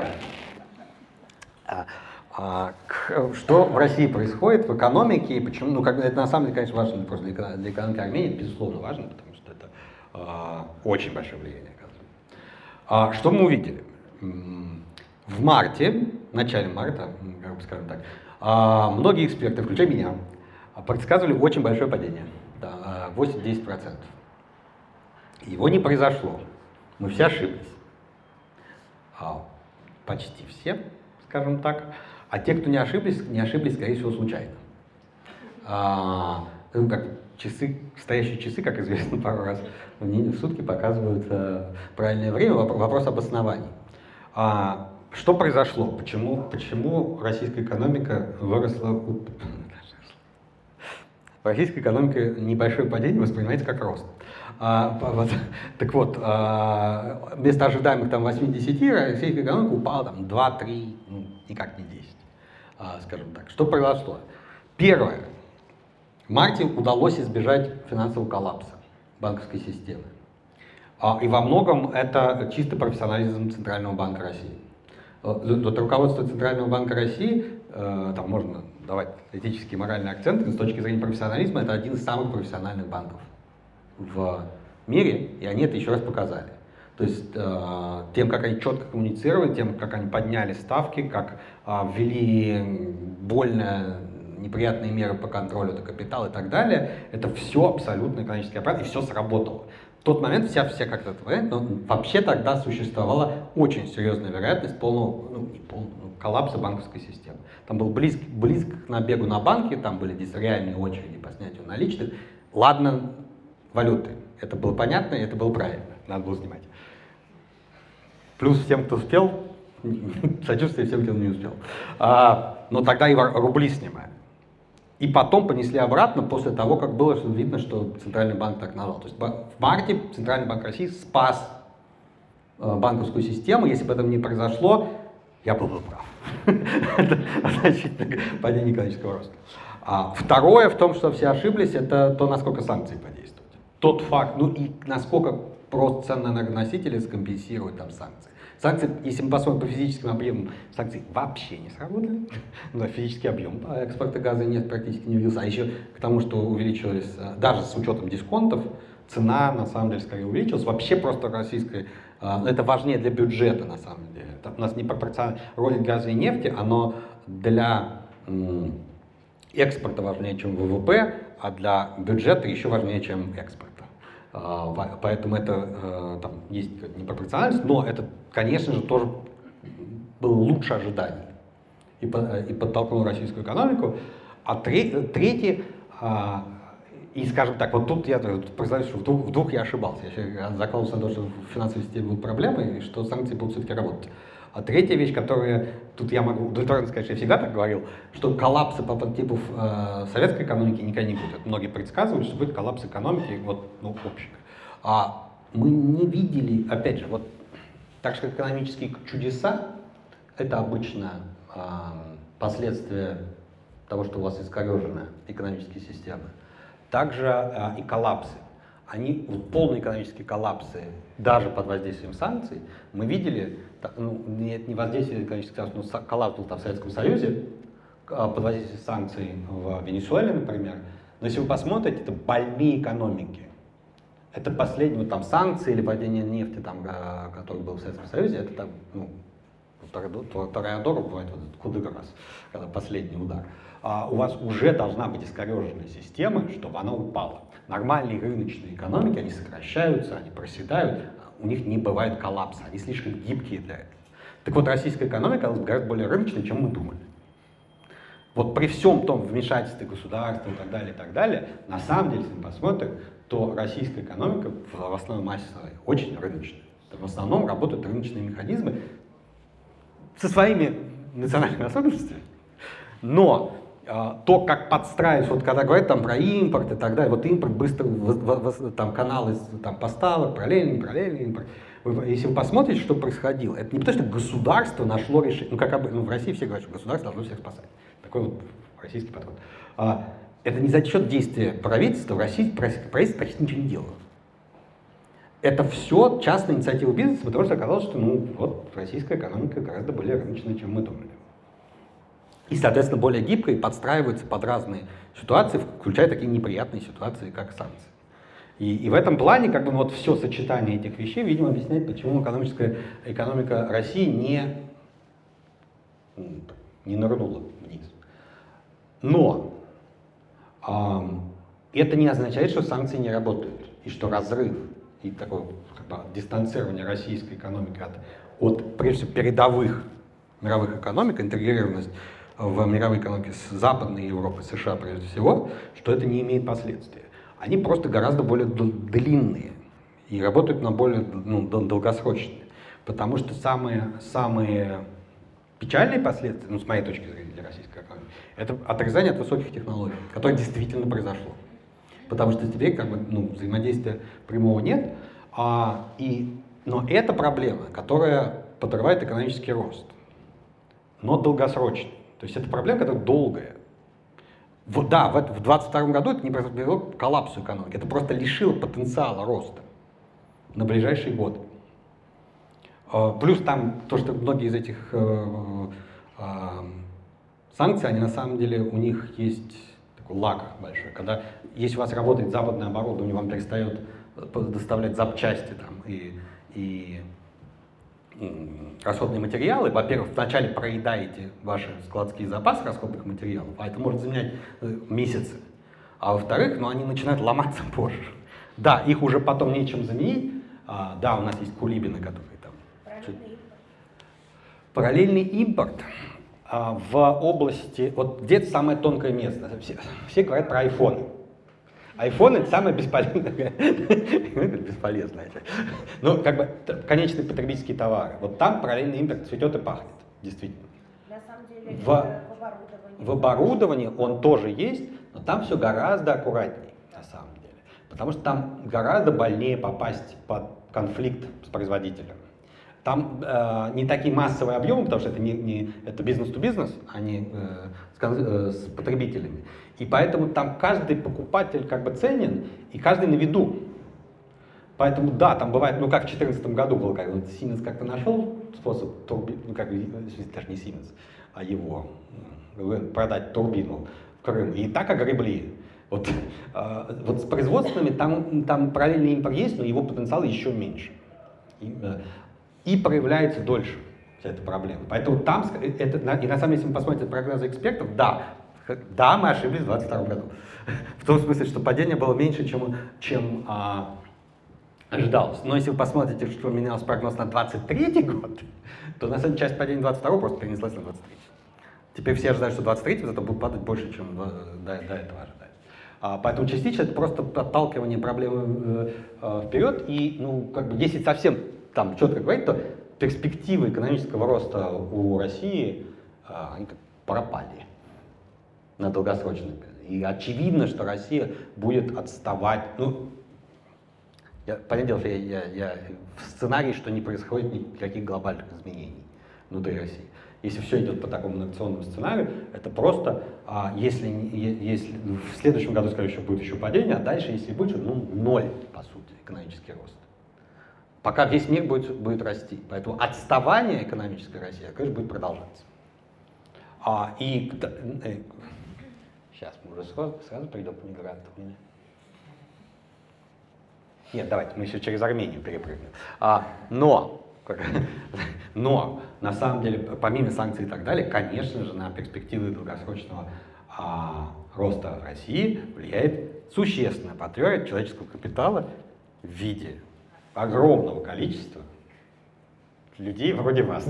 Что в России происходит в экономике и почему? Ну, это на самом деле, конечно, важно просто для экономики Армении, это безусловно важно, потому что это очень большое влияние оказывает. Что мы увидели? В марте, в начале марта, скажем так, многие эксперты, включая меня, предсказывали очень большое падение, 8-10%. Его не произошло. Мы все ошиблись. Почти все, скажем так. А те, кто не ошиблись, скорее всего, случайно. Как стоящие часы, как известно, пару раз в сутки показывают правильное время. Вопрос обоснований. Что произошло? Почему российская экономика выросла? В российской экономике небольшое падение воспринимается как рост. Так вот, вместо ожидаемых там 8-10, российская экономика упала там 2-3, никак не 10, скажем так. Что произошло? Первое. В марте удалось избежать финансового коллапса банковской системы. И во многом это чисто профессионализм Центрального банка России. От руководства Центрального банка России, там можно давать этические и моральные акценты, но с точки зрения профессионализма это один из самых профессиональных банков в мире, и они это еще раз показали. То есть тем, как они четко коммуницировали, тем, как они подняли ставки, как ввели больно неприятные меры по контролю до капитала и так далее, это все абсолютно экономический аппарат, и все сработало. В тот момент все как-то вариант, но вообще тогда существовала очень серьезная вероятность полного, коллапса банковской системы. Там был близко к набегу на банки, там были здесь реальные очереди по снятию наличных. Ладно, валюты. Это было понятно, и это было правильно. Надо было снимать. Плюс всем, кто успел, сочувствие всем, кто не успел. Но тогда и рубли снимали. И потом понесли обратно после того, как было видно, что Центральный банк так назвал. То есть в марте Центральный банк России спас банковскую систему. Если бы этого не произошло, я был бы прав. Это значительное падение экономического роста. Второе в том, что все ошиблись, это то, насколько санкции подействуют. Тот факт, и насколько просто ценные энергоносители скомпенсируют там санкции. Санкции, если мы посмотрим по физическим объемам, санкции вообще не сработали. Физический объем экспорта газа и нефти практически не увеличился. А еще к тому, что увеличилась, даже с учетом дисконтов, цена на самом деле скорее увеличилась. Вообще просто российская, это важнее для бюджета на самом деле. У нас не пропорционально роль газа и нефти, оно для экспорта важнее, чем ВВП, а для бюджета еще важнее, чем экспорта. Поэтому это там есть непропорциональность, но это, конечно же, тоже было лучше ожиданий и подтолкнуло российскую экономику. А третье, и скажем так, вот тут я признаюсь, что в двух я ошибался. Я закладывался на то, что в финансовой системе будут проблемы и что санкции будут все-таки работать. А третья вещь, которую тут я могу удовлетворенно сказать, что я всегда так говорил, что коллапса по типу советской экономики никогда не будет. Многие предсказывали, что будет коллапс экономики общий. А мы не видели, опять же, так что экономические чудеса — это обычно последствия того, что у вас искорежена экономические системы. Также и коллапсы. Полные экономические коллапсы, даже под воздействием санкций, мы видели, не воздействие экономических санкций, но коллапс был в Советском Союзе, под воздействием санкций в Венесуэле, например. Но если вы посмотрите, это больные экономики. Это последние санкции или падение нефти, который был в Советском Союзе, это Тореадор бывает кудык раз, когда последний удар. У вас уже должна быть искореженная система, чтобы она упала. Нормальные рыночные экономики, они сокращаются, они проседают, у них не бывает коллапса, они слишком гибкие для этого. Так вот, российская экономика гораздо более рыночная, чем мы думали. Вот при всем том вмешательстве государства и так далее, на самом деле, если мы посмотрим, то российская экономика в основной массе своей очень рыночная. В основном работают рыночные механизмы со своими национальными особенностями. Но то, как подстраивать, когда говорят про импорт и так далее, импорт быстро, каналы поставок, параллельный импорт. Если вы посмотрите, что происходило, это не потому, что государство нашло решение, в России все говорят, что государство должно всех спасать. Такой вот российский подход. Это не за счет действия правительства, в России правительство почти ничего не делало. Это все частная инициатива бизнеса, потому что оказалось, что вот российская экономика гораздо более рыночная, чем мы думали. И, соответственно, более гибкая и подстраивается под разные ситуации, включая такие неприятные ситуации, как санкции. И в этом плане как бы вот все сочетание этих вещей, видимо, объясняет, почему экономика России не нырнула вниз. Но это не означает, что санкции не работают, и что разрыв и такое как бы дистанцирование российской экономики от прежде всего, передовых мировых экономик, интегрированность в мировой экономике с Западной Европой, США прежде всего, что это не имеет последствий. Они просто гораздо более длинные и работают на более долгосрочные. Потому что самые печальные последствия, с моей точки зрения, для российской экономики, это отрезание от высоких технологий, которое действительно произошло. Потому что теперь как бы, взаимодействия прямого нет, но это проблема, которая подрывает экономический рост, но долгосрочный. То есть это проблема, которая долгая. В 2022 году это не привело к коллапсу экономики, это просто лишило потенциала роста на ближайшие годы. Плюс там то, что многие из этих санкций, они на самом деле, у них есть такой лаг большой. Когда если у вас работает западное оборудование, вам перестает доставлять запчасти там, и расходные материалы, во-первых, вначале проедаете ваши складские запасы расходных материалов, а это может занять месяцы. А во-вторых, они начинают ломаться позже. Да, их уже потом нечем заменить. Да, у нас есть кулибины, которые там... Параллельный импорт в области... Вот где-то самое тонкое место. Все говорят про айфоны. Айфон — это самое бесполезное, бесполезное. Ну, как бы, конечные потребительские товары. Вот там параллельный импорт цветет и пахнет, действительно. На самом деле, в оборудовании он тоже есть, но там все гораздо аккуратнее, на самом деле. Потому что там гораздо больнее попасть под конфликт с производителем. Там не такие массовые объемы, потому что это бизнес-то-бизнес, а не с потребителями. И поэтому там каждый покупатель как бы ценен, и каждый на виду. Поэтому да, там бывает, как в 2014 году был, как Siemens как-то нашел способ, даже не Siemens, а его, продать турбину в Крым, и так огребли. Вот с производственными там параллельный импорт есть, но его потенциал еще меньше. И проявляется дольше вся эта проблема. Поэтому там, и на самом деле, если мы посмотрим прогнозы экспертов, да, мы ошиблись в 2022 году. В том смысле, что падение было меньше, чем ожидалось. Но если вы посмотрите, что менялся прогноз на 2023 год, то на самом деле часть падения 2022 просто перенеслась на 2023. Теперь все ожидают, что 2023 зато будет падать больше, чем до этого ожидали. Поэтому частично это просто отталкивание проблемы вперед. И, если совсем четко говорить, то перспективы экономического роста у России они пропали на долгосрочный период. И очевидно, что Россия будет отставать. Понятное дело, что я в сценарии, что не происходит никаких глобальных изменений внутри России. Если все идет по такому инерционному сценарию, это просто, если в следующем году, скорее всего, будет еще падение, а дальше, если будет, ноль, по сути, экономический рост. Пока весь мир будет расти. Поэтому отставание экономической России, конечно, будет продолжаться. Сейчас мы уже сразу придем к мигрантам. Нет, давайте, мы еще через Армению перепрыгнем. Но, на самом деле, помимо санкций и так далее, конечно же, на перспективы долгосрочного роста России влияет существенная потеря человеческого капитала в виде огромного количества людей вроде вас,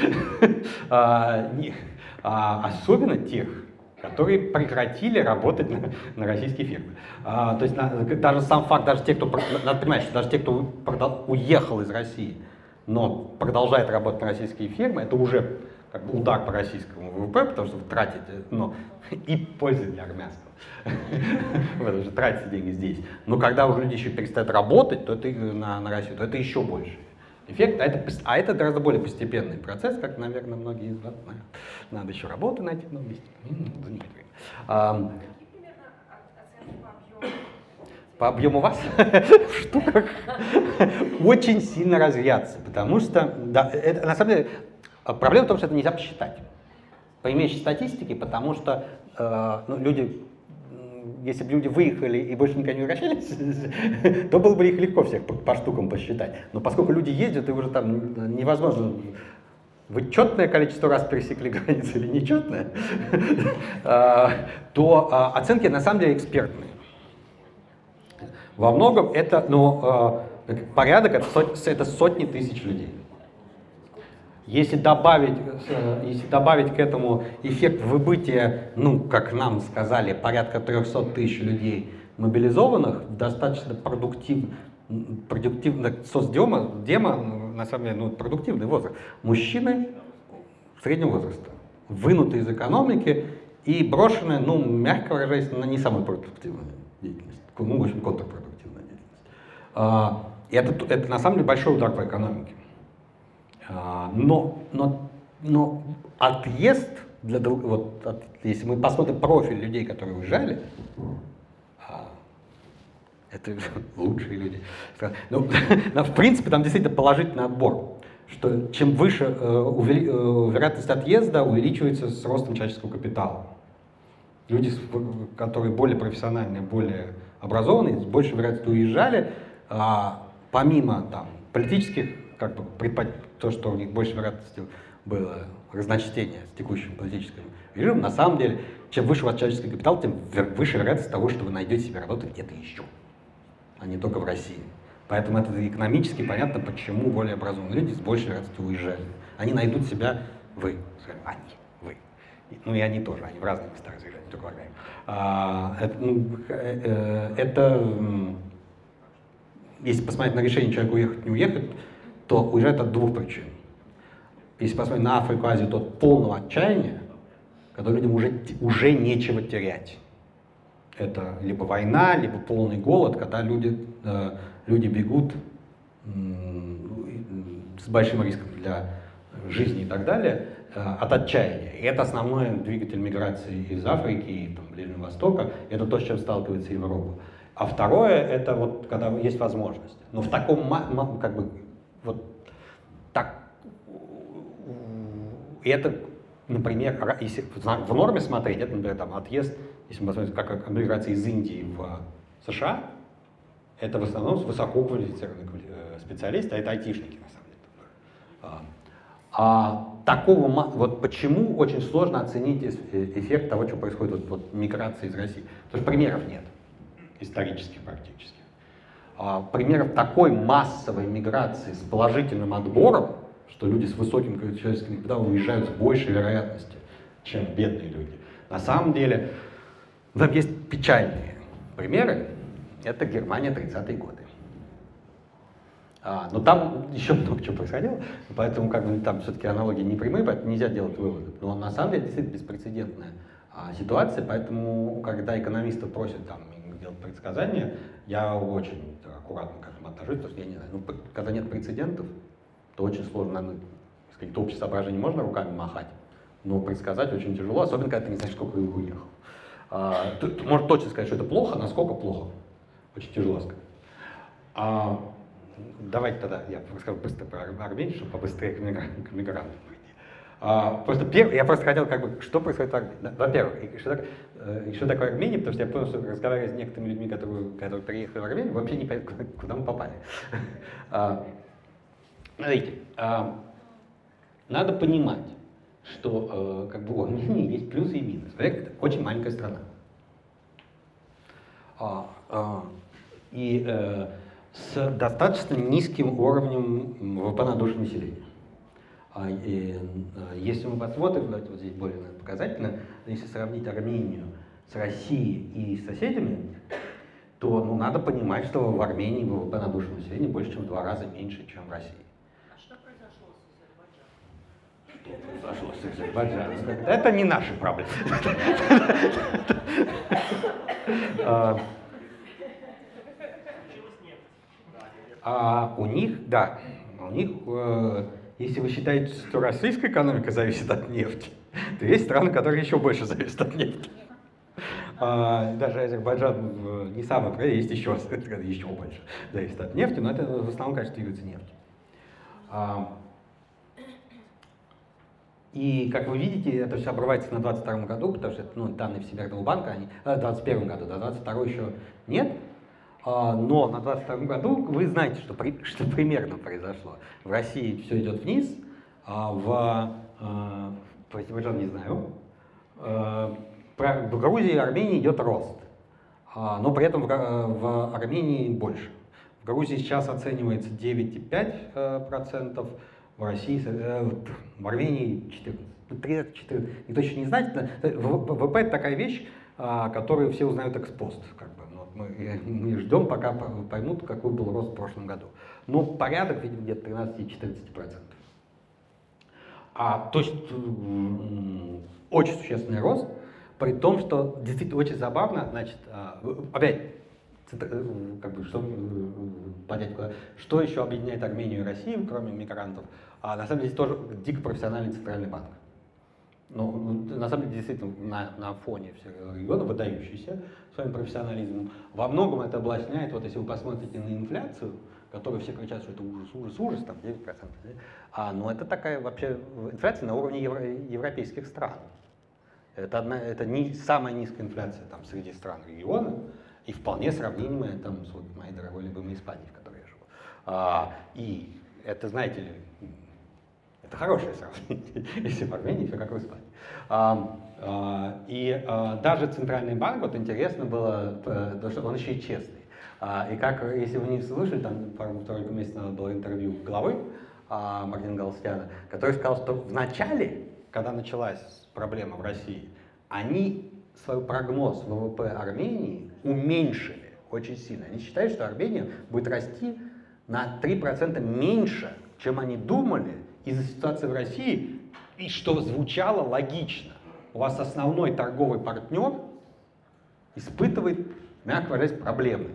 особенно тех, которые прекратили работать на российские фирмы. То есть даже сам факт, даже те, кто, надо понимать, что даже те, кто уехал из России, но продолжает работать на российские фирмы, это уже как бы удар по российскому ВВП, потому что вы тратите, и пользы для армянского. Вы уже тратите деньги здесь. Но когда уже люди еще перестают работать, то это на Россию, то это еще больше эффект. А это гораздо более постепенный процесс, как, наверное, многие из вас знают. надо еще работу найти в новом месте. Занимать время. Какие примерно оценки По объему вас в штуках очень сильно разнятся, потому что, да, это, на самом деле, проблема в том, что это нельзя посчитать по имеющей статистике, потому что люди, если бы люди выехали и больше никогда не возвращались, то было бы их легко всех по штукам посчитать. Но поскольку люди ездят, и уже там невозможно, вы четное количество раз пересекли границу или нечетное, то оценки на самом деле экспертные. Во многом это, порядок это сотни тысяч людей. Если добавить к этому эффект выбытия, как нам сказали, порядка 300 тысяч людей мобилизованных, достаточно продуктивно соцдема, на самом деле, продуктивный возраст. Мужчины среднего возраста, вынутые из экономики и брошенные, мягко выражаясь, на не самую продуктивную деятельность. В общем, контрпродуктивная деятельность. Это на самом деле большой удар по экономике. Но отъезд, если мы посмотрим профиль людей, которые уезжали, это лучшие люди. В принципе, там действительно положительный отбор, что чем выше вероятность отъезда, увеличивается с ростом человеческого капитала. Люди, которые более профессиональные, более образованные, с большей вероятностью уезжали, помимо политических, то, что у них больше вероятностью было разночтение с текущим политическим режимом, на самом деле, чем выше у вас человеческий капитал, тем выше вероятность того, что вы найдете себе работу где-то еще, а не только в России. Поэтому это экономически понятно, почему более образованные люди с большей вероятностью уезжали. Они найдут себя, вы. И они тоже, они в разных местах заезжают, не только в Армении. Если посмотреть на решение человека уехать, не уехать, то уезжает от двух причин. Если посмотреть на Африку, Азию, то от полного отчаяния, когда людям уже нечего терять. Это либо война, либо полный голод, когда люди бегут с большим риском для жизни и так далее, от отчаяния. И это основной двигатель миграции из Африки и Ближнего Востока. Это то, с чем сталкивается Европа. А второе, это когда есть возможность. Но в таком, это, например, если в норме смотреть, это, например, отъезд, если мы посмотрим, как миграция из Индии в США, это в основном высококвалифицированные специалисты, а это айтишники, на самом деле. Почему очень сложно оценить эффект того, что происходит миграции из России? Потому что примеров нет, исторических практически. Примеров такой массовой миграции с положительным отбором, что люди с высоким человеческим капиталом уезжают с большей вероятностью, чем бедные люди. На самом деле, там есть печальные примеры. Это Германия 30-е годы. Но там еще много чего происходило, поэтому там все-таки аналогии не прямые, поэтому нельзя делать выводы. Но на самом деле действительно беспрецедентная ситуация, поэтому когда экономисты просят делать предсказания, я очень аккуратно к этому отношусь, потому что я не знаю, когда нет прецедентов, то очень сложно, то общее соображение можно руками махать, но предсказать очень тяжело, особенно когда ты не знаешь, сколько их уехал. Ты можешь точно сказать, что это плохо, насколько плохо. Очень тяжело сказать. Давайте тогда я расскажу быстро про Армению, чтобы побыстрее к мигрантам прийти. Я просто хотел, что происходит в Армении. Во-первых, что такое Армения, потому что я понял, что разговаривая с некоторыми людьми, которые приехали в Армению, вообще не понятно, куда мы попали. Смотрите, надо понимать, что у Армении есть плюсы и минусы. Это очень маленькая страна. С достаточно низким уровнем ВВП на душу населения. Если мы посмотрим, давайте здесь более показательно, если сравнить Армению с Россией и с соседями, то надо понимать, что в Армении ВВП на душу населения больше, чем в 2 раза меньше, чем в России. А что произошло с Азербайджаном? Что произошло с Азербайджаном? Это не наши проблемы. У них, если вы считаете, что российская экономика зависит от нефти, то есть страны, которые еще больше зависят от нефти. Даже Азербайджан не самый правильный, есть еще больше зависит от нефти, но это в основном, конечно, двигается нефть. И, как вы видите, это все обрывается на 2022 году, потому что данные Всемирного банка, они в 2021 году, до 2022 еще нет. Но на 2022 году вы знаете, что примерно произошло. В России все идет вниз, в Азербайджане не знаю. В Грузии и Армении идет рост, но при этом в Армении больше. В Грузии сейчас оценивается 9,5%, в России, в Армении 14. 14. Никто еще не знает. ВВП — это такая вещь, которую все узнают экспост. Мы ждем, пока поймут, какой был рост в прошлом году. Но порядок, видимо, где-то 13-14%. То есть очень существенный рост, при том, что действительно очень забавно, значит, опять, что понять, что еще объединяет Армению и Россию, кроме мигрантов, на самом деле здесь тоже дико профессиональный центральный банк. На самом деле, действительно, на фоне всего региона выдающийся своим профессионализмом. Во многом это облачняет, вот если вы посмотрите на инфляцию, которую все кричат, что это ужас, там 9%. Но это такая вообще инфляция на уровне европейских стран. Это не самая низкая инфляция там, среди стран региона и вполне сравнимая там, с моей дорогой любимой Испанией, в которой я живу. И это, знаете ли, это хорошее сравнение, если в Армении все как в Испании. Даже Центральный банк, вот интересно было, потому что он еще и честный. И как, если вы не слышали, там пару месяцев назад было интервью главы Мартина Галстяна, который сказал, что в начале, когда началась проблема в России, они свой прогноз ВВП Армении уменьшили очень сильно. Они считают, что Армения будет расти на 3% меньше, чем они думали из-за ситуации в России, и что звучало логично. У вас основной торговый партнер испытывает, мягко выражаясь, проблемы.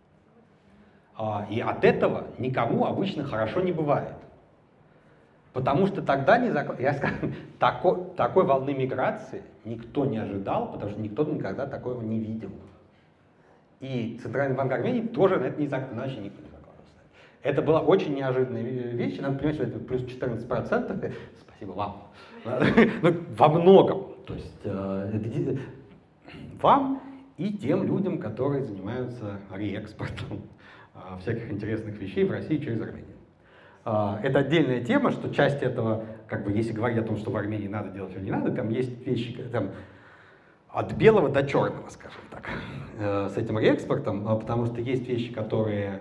И от этого никому обычно хорошо не бывает. Потому что тогда я скажу, такой волны миграции никто не ожидал, потому что никто никогда такого не видел. И Центральный банк Армении тоже на это не закладывался. Это была очень неожиданная вещь. Надо понимать, что это плюс 14%. Спасибо вам. Во многом. То есть вам и тем людям, которые занимаются реэкспортом всяких интересных вещей в России через Армению. Это отдельная тема, что часть этого, если говорить о том, что в Армении надо делать или не надо, там есть вещи там, от белого до черного, скажем так, с этим реэкспортом, потому что есть вещи, которые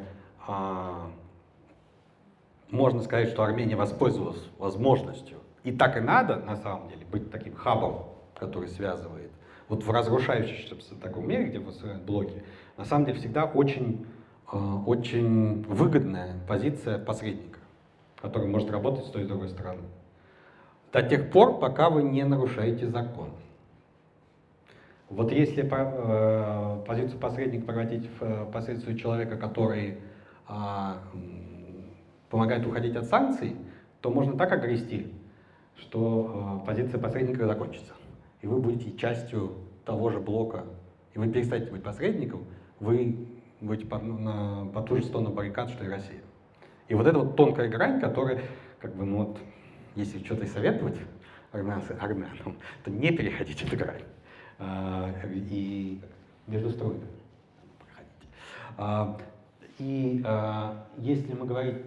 можно сказать, что Армения воспользовалась возможностью. И так и надо, на самом деле, быть таким хабом, который связывает. Вот в разрушающемся таком мире, где выстроены блоки, на самом деле всегда очень выгодная позиция посредника, который может работать с той и другой стороны. До тех пор, пока вы не нарушаете закон. Вот если позицию посредника превратить в позицию человека, который помогает уходить от санкций, то можно так огрести, что позиция посредника закончится. И вы будете частью того же блока, и вы перестанете быть посредником, вы будете по ту же сторону баррикад, что и Россия. И вот эта вот тонкая грань, которая, если что-то и советовать армянам, то не переходить эту грань. И между стройками проходить. И если мы говорим,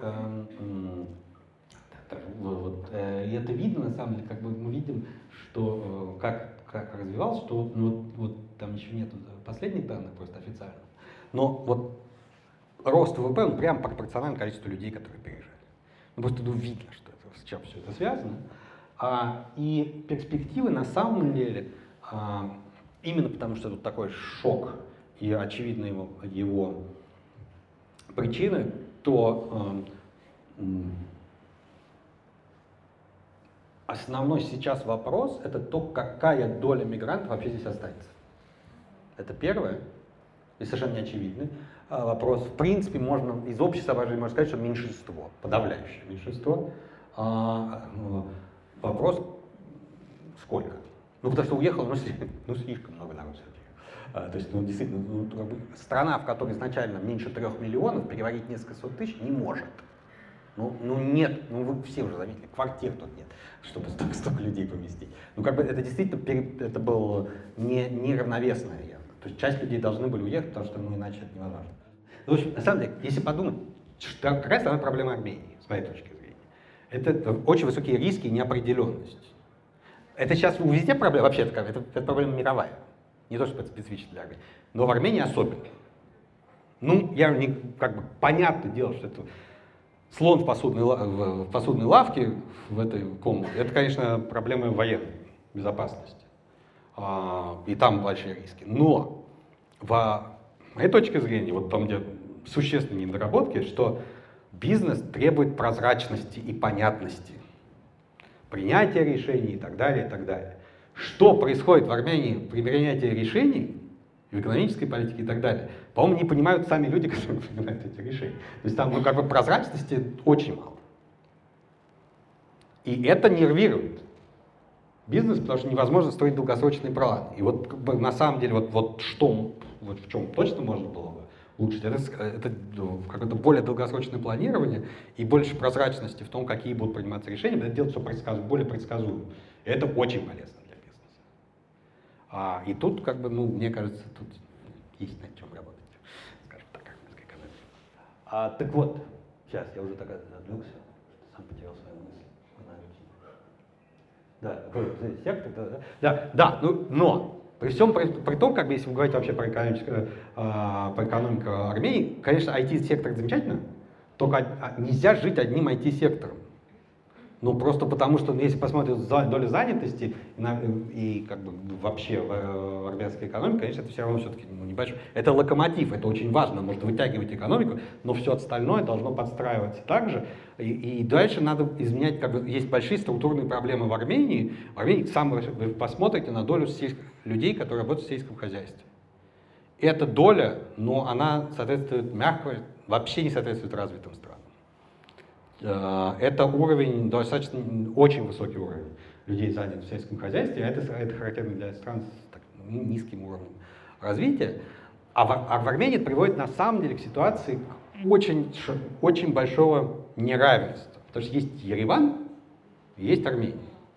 это видно, на самом деле, мы видим, что как развивалось, что там еще нет последних данных просто официально, но вот рост ВВП, он прямо пропорционален количеству людей, которые переезжали. Просто видно, что с чем все это связано. И перспективы на самом деле, именно потому что тут такой шок и очевидно его причины, то основной сейчас вопрос — это то, какая доля мигрантов вообще здесь останется. Это первое, и совершенно не очевидный вопрос. В принципе, можно из общей соображения можно сказать, что меньшинство, подавляющее меньшинство. Вопрос, Сколько? Ну, потому что уехало, слишком много народу все-таки. То есть, действительно, страна, в которой изначально меньше 3 миллионов, переварить несколько сот тысяч не может. Нет, вы все уже заметили, квартир тут нет, чтобы столько людей поместить. Это действительно, это было неравновесное явно. То есть часть людей должны были уехать, потому что, иначе это невозможно. В общем, на самом деле, если подумать, какая основная проблема Армении, с моей точки зрения? Это очень высокие риски и неопределенность. Это сейчас везде проблема, вообще это проблема мировая. Не то, что это специфично для Армении. Но в Армении особенно. Понятное дело, что это слон в посудной лавке в этой комнате, это, конечно, проблема военной безопасности. И там большие риски. Но, с моей точки зрения, вот там, где существенные недоработки, что бизнес требует прозрачности и понятности. Принятия решений и так далее, и так далее. Что происходит в Армении при принятии решений в экономической политике и так далее, по-моему, не понимают сами люди, которые принимают эти решения. То есть там прозрачности очень мало. И это нервирует бизнес, потому что невозможно строить долгосрочные планы. И на самом деле в чем точно можно было бы улучшить, это какое-то более долгосрочное планирование и больше прозрачности в том, какие будут приниматься решения, это делать все более предсказуемо. И это очень полезно для бизнеса. И тут, мне кажется, тут есть над чем работать, скажем так, армянской экономики. Так вот, сейчас, я уже так отвлекся, что сам потерял свою мысль. Да, но при всем при том, если вы говорите вообще про экономику Армении, конечно, IT-сектор замечательно, только нельзя жить одним IT-сектором. Просто потому, что если посмотреть долю занятости и вообще в армянской экономике, конечно, это все равно все-таки небольшой. Это локомотив, это очень важно, может вытягивать экономику, но все остальное должно подстраиваться так же. И дальше надо изменять, есть большие структурные проблемы в Армении. В Армении вы посмотрите на долю людей, которые работают в сельском хозяйстве. Эта доля, но она соответствует вообще не соответствует развитым странам. Это уровень, достаточно очень высокий уровень людей, занятых в сельском хозяйстве, это характерно для стран с низким уровнем развития. А в Армении это приводит на самом деле к ситуации очень большого неравенства. Потому что есть Ереван и есть Армения.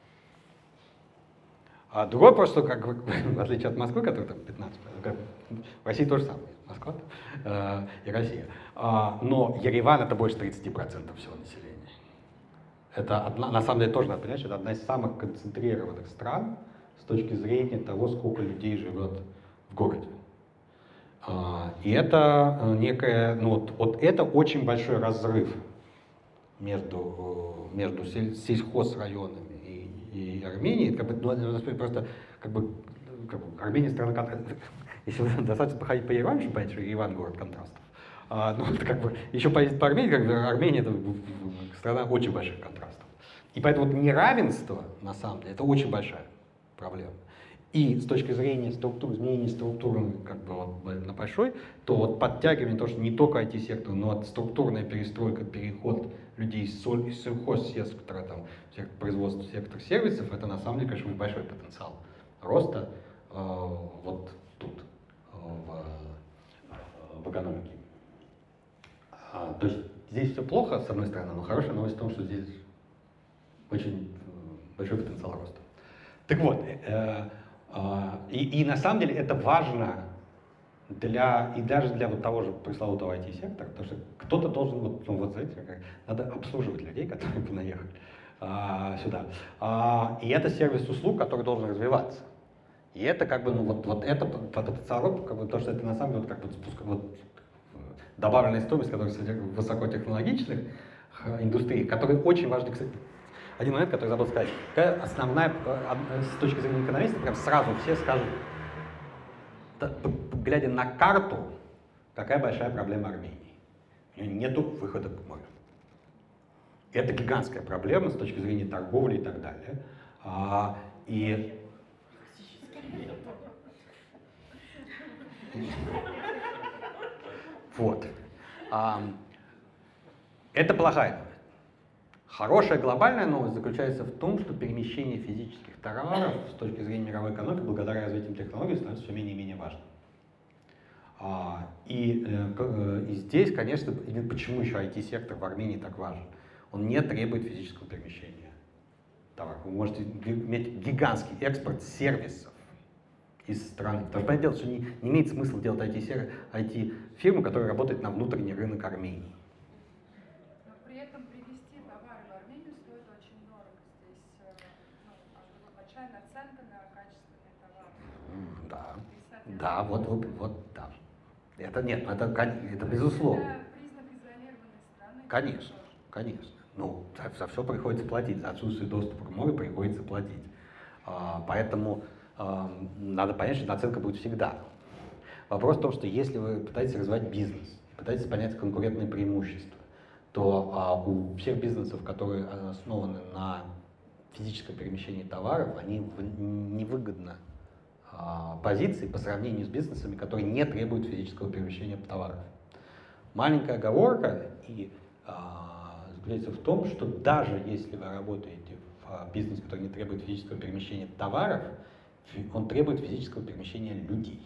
А другой вопрос, что в отличие от Москвы, которая там 15, в России то же самое. Москва и Россия. Но Ереван это больше 30% всего населения. Это на самом деле тоже надо понять, что это одна из самых концентрированных стран с точки зрения того, сколько людей живет в городе. И это это очень большой разрыв между сельхозрайонами и Арменией. Просто Армения страна. Если вы достаточно походить по Еревану, чтобы понять, что Ереван город контрастов, еще поездить по Армении, Армения это страна очень больших контрастов. И поэтому неравенство, на самом деле, это очень большая проблема. И с точки зрения изменения структуры на большой, то подтягивание, то, что не только IT-сектор, но структурная перестройка, переход людей из сельхозсектора, сектор производства, сектор сервисов, это на самом деле, конечно, большой потенциал роста тут, в экономике. То есть здесь все плохо, с одной стороны, но хорошая новость в том, что здесь очень большой потенциал роста. Так вот, и на самом деле это важно даже для того же пресловутого IT-сектора, потому что кто-то должен, надо обслуживать людей, которые понаехали сюда. И это сервис услуг, который должен развиваться. И это это потенциал, то, что это на самом деле добавленная стоимость, которая в высокотехнологичных индустриях, которые очень важны. Кстати, один момент, который забыл сказать. Какая основная, с точки зрения экономиста, прям сразу все скажут, глядя на карту, какая большая проблема Армении. У нее нет выхода к морю. Это гигантская проблема с точки зрения торговли и так далее. Вот. Это плохая новость. Хорошая глобальная новость заключается в том, что перемещение физических товаров с точки зрения мировой экономики, благодаря развитию технологий, становится все менее и менее важным. И здесь, конечно, именно почему еще IT-сектор в Армении так важен. Он не требует физического перемещения товаров. Вы можете иметь гигантский экспорт сервисов из страны. Потому что, понятное дело, что не имеет смысла делать IT-фирму, которая работает на внутренний рынок Армении. Но при этом привезти товары в Армению стоит очень дорого. Здесь начальная оценка на качественный товар. Да, вот, да. Это нет, это безусловно. Это признак изолированной страны. Конечно. Ну, за все приходится платить, за отсутствие доступа к морю приходится платить. Поэтому надо понять, что наценка будет всегда. Вопрос в том, что если вы пытаетесь развивать бизнес, пытаетесь понять конкурентные преимущества, то у всех бизнесов, которые основаны на физическом перемещении товаров, они невыгодны позиции по сравнению с бизнесами, которые не требуют физического перемещения товаров. Маленькая оговорка заключается в том, что даже если вы работаете в бизнесе, который не требует физического перемещения товаров, он требует физического перемещения людей.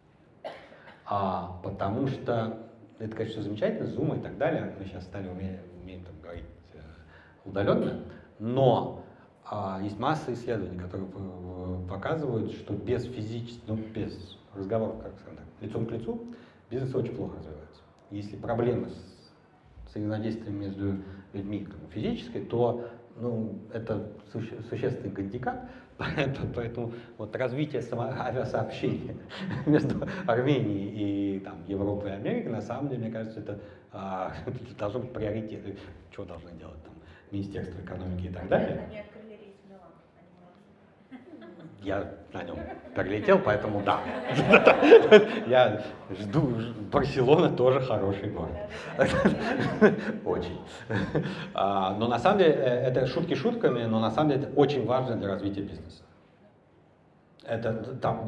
Потому что это, конечно, замечательно, Zoom и так далее, мы сейчас стали умеем там говорить удаленно, но есть масса исследований, которые показывают, что без без разговоров, как сказать, лицом к лицу, бизнес очень плохо развивается. Если проблемы с взаимодействием между людьми физической, то это существенный гандикап, поэтому вот развитие авиасообщения между Арменией и Европой и Америкой, на самом деле, мне кажется, это должно быть приоритет. Что должны делать там Министерство экономики и так далее. Они открыли рейс в Милан. Я на нем прилетел, поэтому да. Я жду. Барселона тоже хороший город. Очень. Но на самом деле, это шутки шутками, но на самом деле это очень важно для развития бизнеса. Там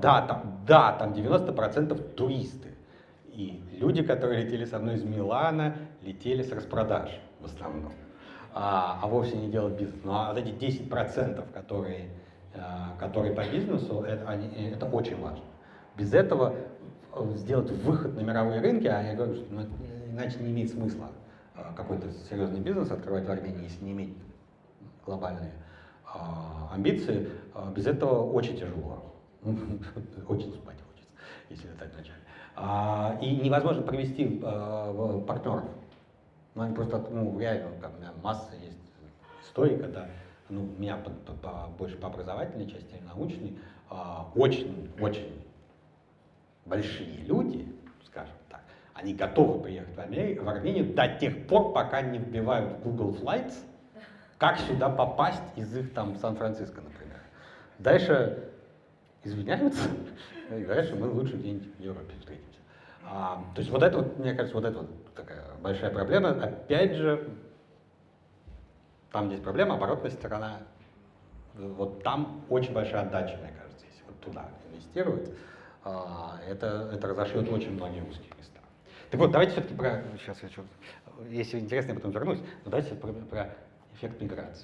90% туристы. И люди, которые летели со мной из Милана, летели с распродаж в основном. А вовсе не делать бизнес. Ну а вот эти 10%, которые по бизнесу, это очень важно. Без этого сделать выход на мировые рынки, а я говорю, что иначе не имеет смысла какой-то серьезный бизнес открывать в Армении, если не иметь глобальные амбиции, без этого очень тяжело. Очень спать хочется, если летать вначале. И невозможно привести партнеров. Они просто, реально, у меня масса есть историй, когда у меня больше по образовательной части, научной, очень большие люди, скажем так, они готовы приехать в Армению до тех пор, пока не вбивают в Google Flights, как сюда попасть из их Сан-Франциско, например. Дальше извиняются и говорят, что мы лучше где-нибудь в Европе встретимся. То есть вот это, мне кажется, вот это такая большая проблема. Опять же, там есть проблема, оборотная сторона. Вот там очень большая отдача, мне кажется, если вот туда инвестировать. Это разошьет очень многие узкие места. Так вот, давайте все-таки сейчас если интересно, я потом вернусь, но давайте про эффект миграции.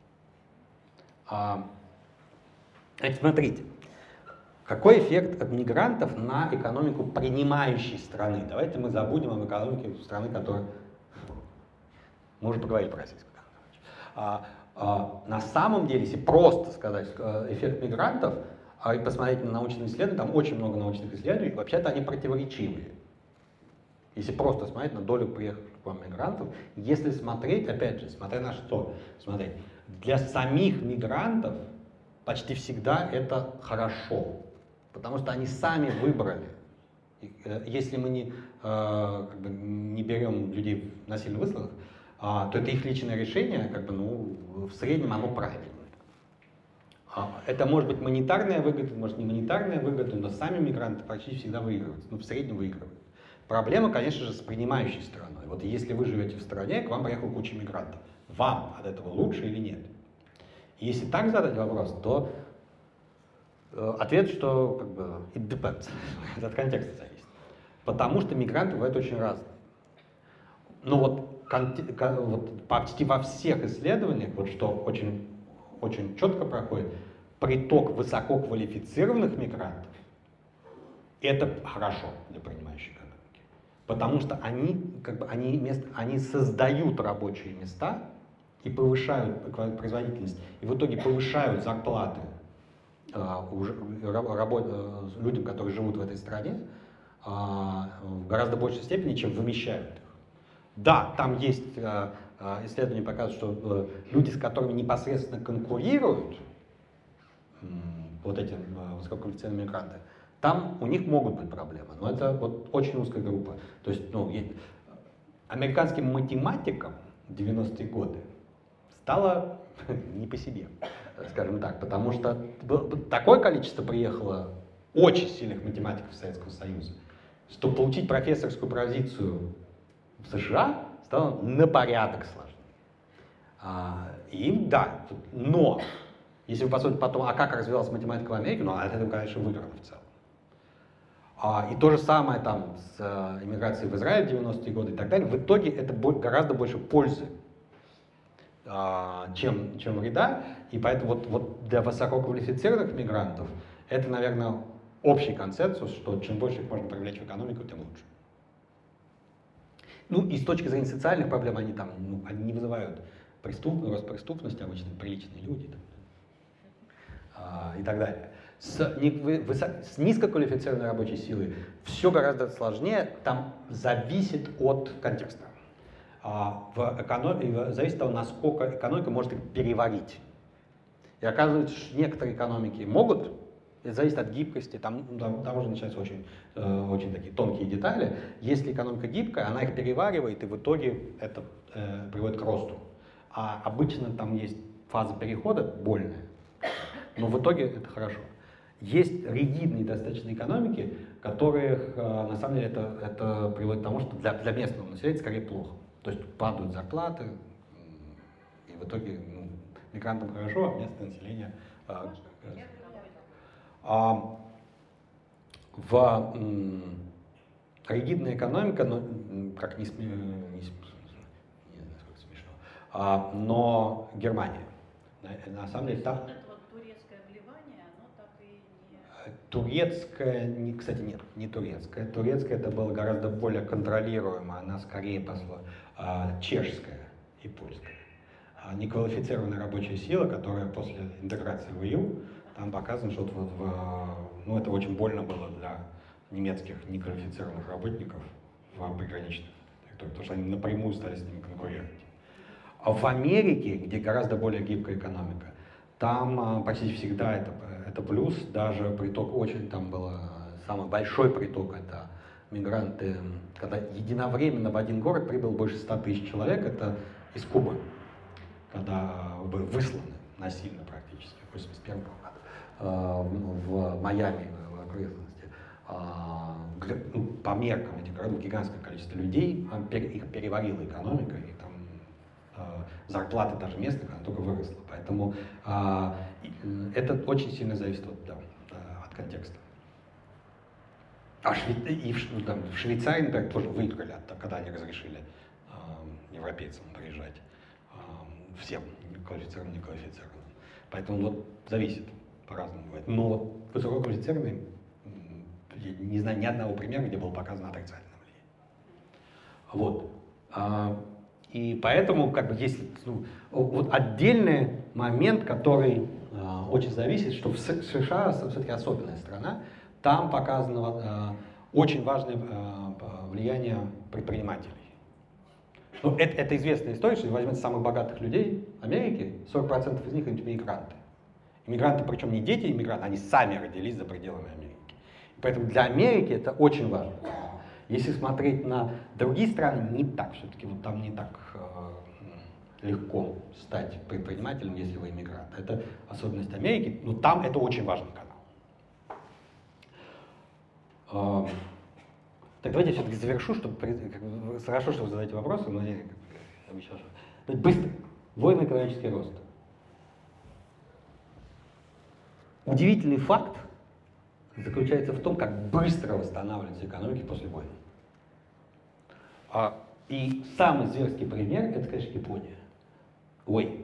Значит, смотрите, какой эффект от мигрантов на экономику принимающей страны? Давайте мы забудем об экономике страны, которая... Мы уже поговорили про российскую экономику. На самом деле, если просто сказать эффект мигрантов, и посмотреть на научные исследования, там очень много научных исследований, вообще-то они противоречивые. Если просто смотреть на долю приехавших к вам мигрантов, если смотреть, опять же, смотря на что смотреть, для самих мигрантов почти всегда это хорошо, потому что они сами выбрали. Если мы не берем людей насильно высланных, то это их личное решение, в среднем оно правильное. Это может быть монетарная выгода, может не монетарная выгода, но сами мигранты почти всегда выигрывают, в среднем выигрывают. Проблема, конечно же, с принимающей страной. Вот если вы живете в стране, к вам приехала куча мигрантов, вам от этого лучше или нет? И если так задать вопрос, то ответ, что it depends, это от контекста зависит. Потому что мигранты бывают очень разные. Но вот вот почти во всех исследованиях, вот что очень, очень четко проходит, приток высококвалифицированных мигрантов — это хорошо для принимающей экономики. Потому что они создают рабочие места и повышают производительность, и в итоге повышают зарплаты людям, которые живут в этой стране, в гораздо большей степени, чем вымещают их. Да, там есть исследования, показывают, что люди, с которыми непосредственно конкурируют вот эти высококвалифицированные мигранты, там у них могут быть проблемы, но это вот очень узкая группа. То есть, американским математикам в 90-е годы стало не по себе, скажем так, потому что такое количество приехало очень сильных математиков Советского Союза, что получить профессорскую позицию в США стало на порядок сложнее. Но если вы посмотрите потом, как развивалась математика в Америке, от этого, конечно, выиграно в целом. И то же самое там с иммиграцией в Израиль в 90-е годы и так далее. В итоге это гораздо больше пользы, чем вреда. И поэтому вот для высококвалифицированных мигрантов это, наверное, общий консенсус, что чем больше их можно привлечь в экономику, тем лучше. И с точки зрения социальных проблем они не вызывают рост преступности, обычно приличные люди и так далее. С низкоквалифицированной рабочей силой все гораздо сложнее, там зависит от контекста. Зависит от того, насколько экономика может их переварить. И оказывается, что некоторые экономики могут, это зависит от гибкости, там уже начинаются очень такие тонкие детали. Если экономика гибкая, она их переваривает, и в итоге это приводит к росту. А обычно там есть фаза перехода больная, но в итоге это хорошо. Есть ригидные достаточно экономики, которых, на самом деле, это приводит к тому, что для местного населения скорее плохо. То есть падают зарплаты, и в итоге мигрантам хорошо, а местное население... Ригидная экономика, как не знаю, сколько смешно, но Германия. На самом деле там... турецкое вливание, оно так и не... Турецкая, кстати, нет, не турецкая. Турецкая это было гораздо более контролируемо, она скорее пошла. Чешская и польская. Неквалифицированная рабочая сила, которая после интеграции в EU, там показано, что это очень больно было для немецких неквалифицированных работников в приграничных территориях, потому что они напрямую стали с ними конкурировать. А в Америке, где гораздо более гибкая экономика, там почти всегда это плюс, даже приток там был самый большой приток, это мигранты, когда единовременно в один город прибыл больше 100 тысяч человек, это из Кубы, когда были высланы насильно практически, в 1981 году, в Майами, в окрестности. По меркам этих городов гигантское количество людей, их переварила экономика, и там зарплаты даже местных, она только выросла. Поэтому это очень сильно зависит от контекста. В Швейцарии, например, тоже выиграли, когда они разрешили европейцам приезжать, всем, квалифицированным, неквалифицированным. Поэтому зависит, по-разному бывает. Но высококвалифицированные, я не знаю ни одного примера, где было показано отрицательное влияние. И поэтому, есть отдельный момент, который очень зависит, что в США все-таки особенная страна. Там показано очень важное влияние предпринимателей. Это известная история, что если возьмете самых богатых людей Америки, 40% из них иммигранты. Иммигранты, причем не дети иммигранты, они сами родились за пределами Америки. И поэтому для Америки это очень важно. Если смотреть на другие страны, не так все-таки, там не так легко стать предпринимателем, если вы иммигрант. Это особенность Америки, но там это очень важный канал. Так давайте я все-таки завершу, хорошо, что вы задаете вопросы, но я обещал, что... Быстро. Двойной экономический рост. Удивительный факт заключается в том, как быстро восстанавливаются экономики после войны. И самый зверский пример — это, конечно, Япония. Ой.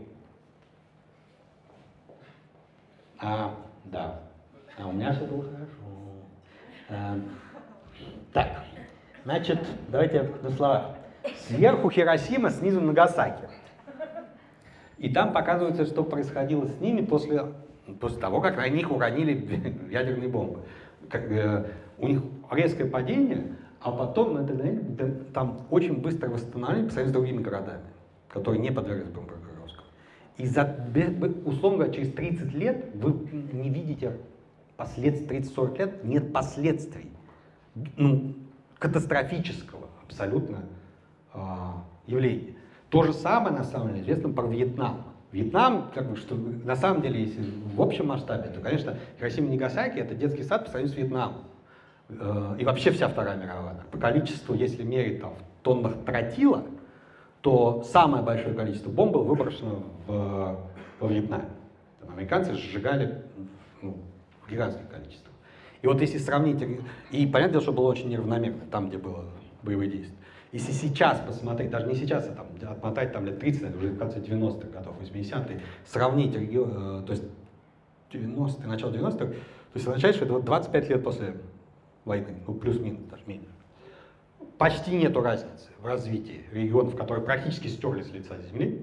Да. У меня все было хорошо. Так, значит, давайте на слова. Сверху Хиросима, снизу Нагасаки. И там показывается, что происходило с ними после того, как на них уронили ядерные бомбы. У них резкое падение, а потом там очень быстро восстановление по сравнению с другими городами, которые не подверглись бомбардировкам. И условно говоря, через 30 лет вы не видите последствий, 30-40 лет нет последствий катастрофического абсолютно явления. То же самое, на самом деле, известно про Вьетнам. Вьетнам, что на самом деле, если в общем масштабе, то, конечно, Хиросима и Нагасаки — это детский сад по сравнению с Вьетнамом. И вообще вся Вторая мировая. По количеству, если мерить там, в тоннах тротила, то самое большое количество бомб было выброшено во Вьетнаме. Там американцы сжигали гигантское количество. И вот если сравнить, и понятно, что было очень неравномерно, там, где было боевые действия. Если сейчас посмотреть, даже не сейчас, а там, отмотать там, лет 30, уже в конце 90-х годов, 80-е, сравнить то есть 90-е, начало 90-х, то есть означает, что это вот 25 лет после войны, плюс-минус, даже меньше. Почти нету разницы в развитии регионов, которые практически стерли с лица земли,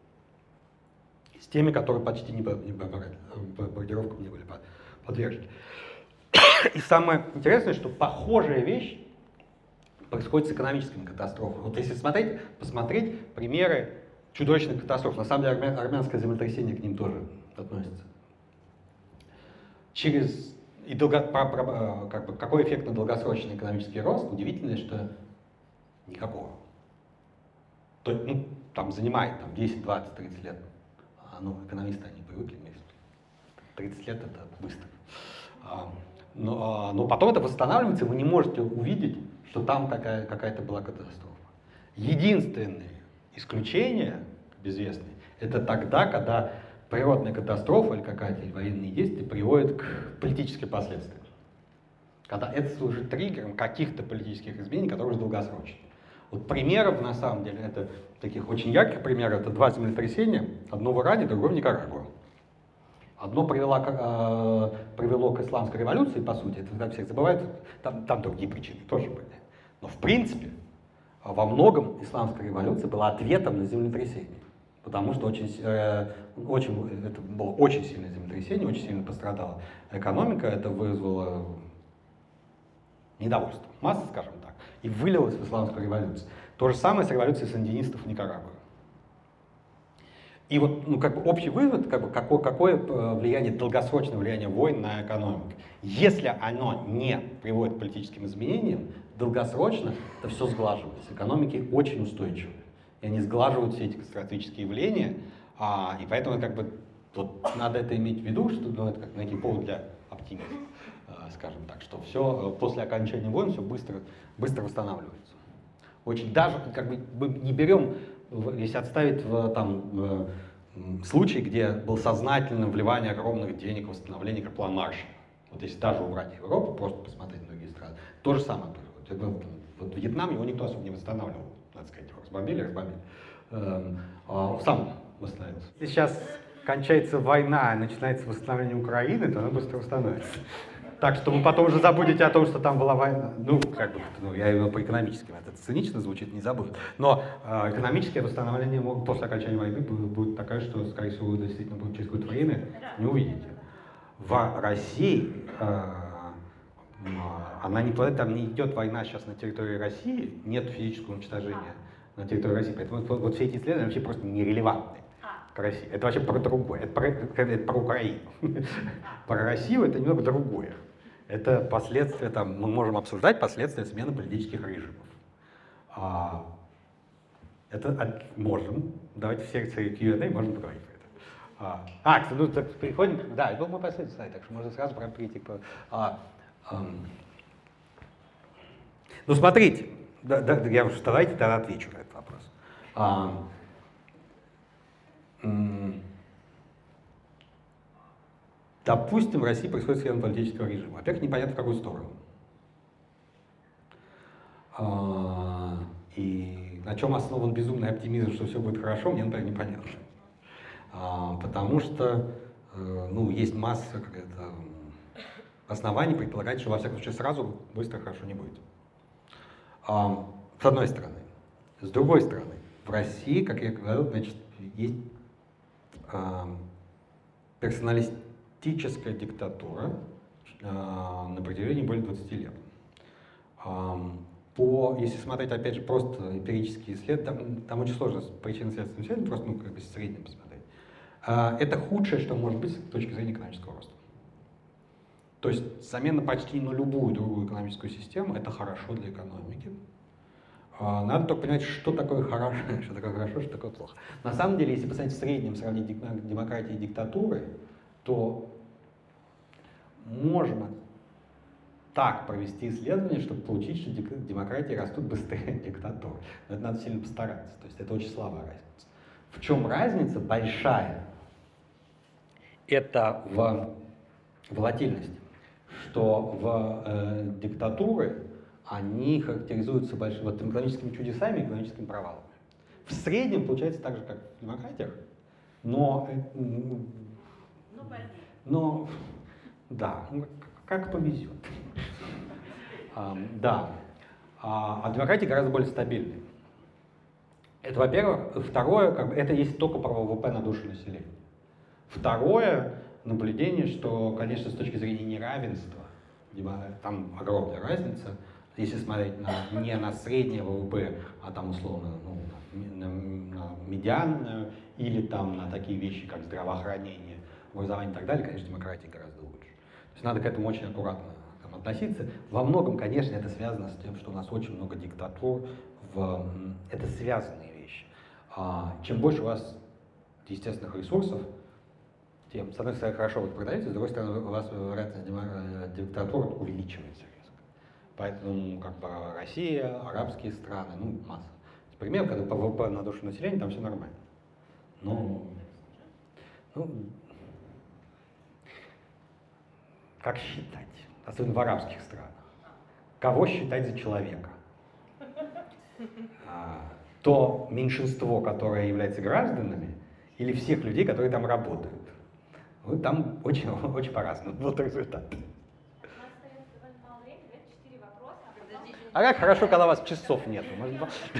с теми, которые почти бомбардировкам не были подвержены. И самое интересное, что похожая вещь происходит с экономическими катастрофами. Вот если посмотреть примеры чудовищных катастроф, на самом деле армянское землетрясение к ним тоже относится. Какой эффект на долгосрочный экономический рост? Удивительно, что никакого. Там занимает 10, 20, 30 лет. Экономисты, они привыкли вместе. 30 лет — это быстро. Но потом это восстанавливается, вы не можете увидеть, что там какая-то была катастрофа. Единственное исключение, безвестное, это тогда, когда природная катастрофа или какие-то военные действия приводят к политическим последствиям. Когда это служит триггером каких-то политических изменений, которые уже долгосрочные. Вот примеров, на самом деле, это таких очень ярких примеров, это 2 землетрясения, одно в Иране, другое в Никарагуа. Одно привело к исламской революции, по сути, это когда всех забывают, там другие причины тоже были. Но в принципе, во многом исламская революция была ответом на землетрясение. Потому что это было очень сильное землетрясение, очень сильно пострадала экономика, это вызвало недовольство массы, скажем так, и вылилось в исламскую революцию. То же самое с революцией сандинистов в Никарагуа. И вот общий вывод, какое влияние, долгосрочное влияние войн на экономику. Если оно не приводит к политическим изменениям, долгосрочно это все сглаживается. Экономики очень устойчивы. И они сглаживают все эти катастрофические явления. И поэтому вот надо это иметь в виду, что это как некий повод для оптимизма, скажем так, что все после окончания войн все быстро восстанавливается. Даже мы не берем, если отставить случай, где было сознательное вливание огромных денег в восстановление, как план Маршалла. Вот если даже убрать Европу, просто посмотреть на другие страны, то же самое происходит. Вот Вьетнам его никто особо не восстанавливал, надо сказать, его разбомбили. Сам восстановился. Если сейчас кончается война и начинается восстановление Украины, то она быстро восстановится. Так что вы потом уже забудете о том, что там была война. Я его по экономическим, это цинично звучит, не забуду. Но экономическое восстановление после окончания войны будет такое, что, скорее всего, вы действительно будет через какое-то время не увидите. В России там не идет война сейчас на территории России, нет физического уничтожения на территории России. Поэтому вот все эти исследования вообще просто нерелевантны к России. Это вообще про другое, это про Украину. Про Россию это немного другое. Это последствия, мы можем обсуждать последствия смены политических режимов. Это можем. Давайте в секции Q&A можем поговорить про это. Так переходим. Да, это был мой последний слайд, так что можно сразу прям перейти к... смотрите, давайте тогда отвечу на этот вопрос. Допустим, в России происходит смена политического режима. Во-первых, непонятно, в какую сторону. И на чем основан безумный оптимизм, что все будет хорошо, мне, например, непонятно. Потому что есть масса оснований предполагать, что во всяком случае сразу быстро хорошо не будет. С одной стороны. С другой стороны, в России, как я говорил, значит, есть персоналистическая диктатура на протяжении более 20 лет. Если смотреть, опять же, просто эмпирические исследования, там очень сложно с причинно-следственным исследованием, просто в среднем посмотреть. Это худшее, что может быть с точки зрения экономического роста. То есть замена почти на любую другую экономическую систему — это хорошо для экономики. Надо только понимать, что такое хорошо, что такое плохо. На самом деле, если посмотреть в среднем, сравнить демократии и диктатуры, то можно так провести исследование, чтобы получить, что демократии растут быстрее диктатур. Но это надо сильно постараться. То есть это очень слабая разница. В чем разница большая? Это в волатильности. Что в диктатуры они характеризуются экономическими чудесами и экономическими провалами. В среднем получается так же, как в демократиях, но как повезет. Да. А демократии гораздо более стабильны. Это, во-первых. Второе, это есть только про ВВП на душу населения. Второе наблюдение, что, конечно, с точки зрения неравенства, там огромная разница. Если смотреть не на среднее ВВП, а там условно на медианную или там на такие вещи, как здравоохранение, образование и так далее, конечно, демократия гораздо лучше. То есть надо к этому очень аккуратно относиться. Во многом, конечно, это связано с тем, что у нас очень много диктатур. Это связанные вещи. Чем больше у вас естественных ресурсов, тем, с одной стороны, хорошо вы продаете, с другой стороны, у вас вероятность диктатуры увеличивается. Поэтому Россия, арабские страны, масса. Пример, когда по ВВП на душу населения, там все нормально. Как считать? Особенно в арабских странах. Кого считать за человека? То меньшинство, которое является гражданами, или всех людей, которые там работают? Там очень, очень по-разному. Вот результат. А как хорошо, когда у вас часов нету. Довольно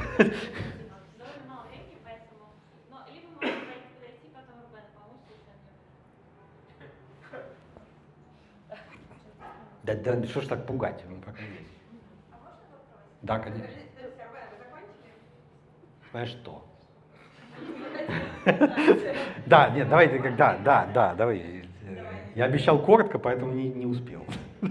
мало времени, поэтому... либо мы можем подойти потом Рубену помочь, если Да что ж так пугать? Пока есть. А можно вопрос? Да, конечно. Рубен, вы закончили? Знаешь что? Да, нет, давайте, давай. Я обещал коротко, поэтому не успел.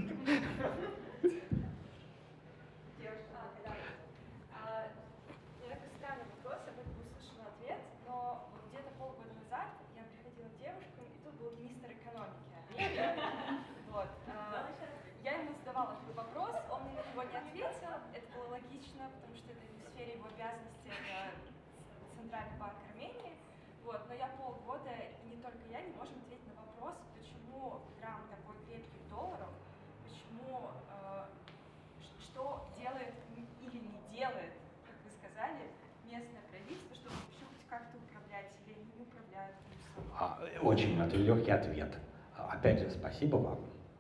Очень легкий ответ. Опять же, спасибо вам.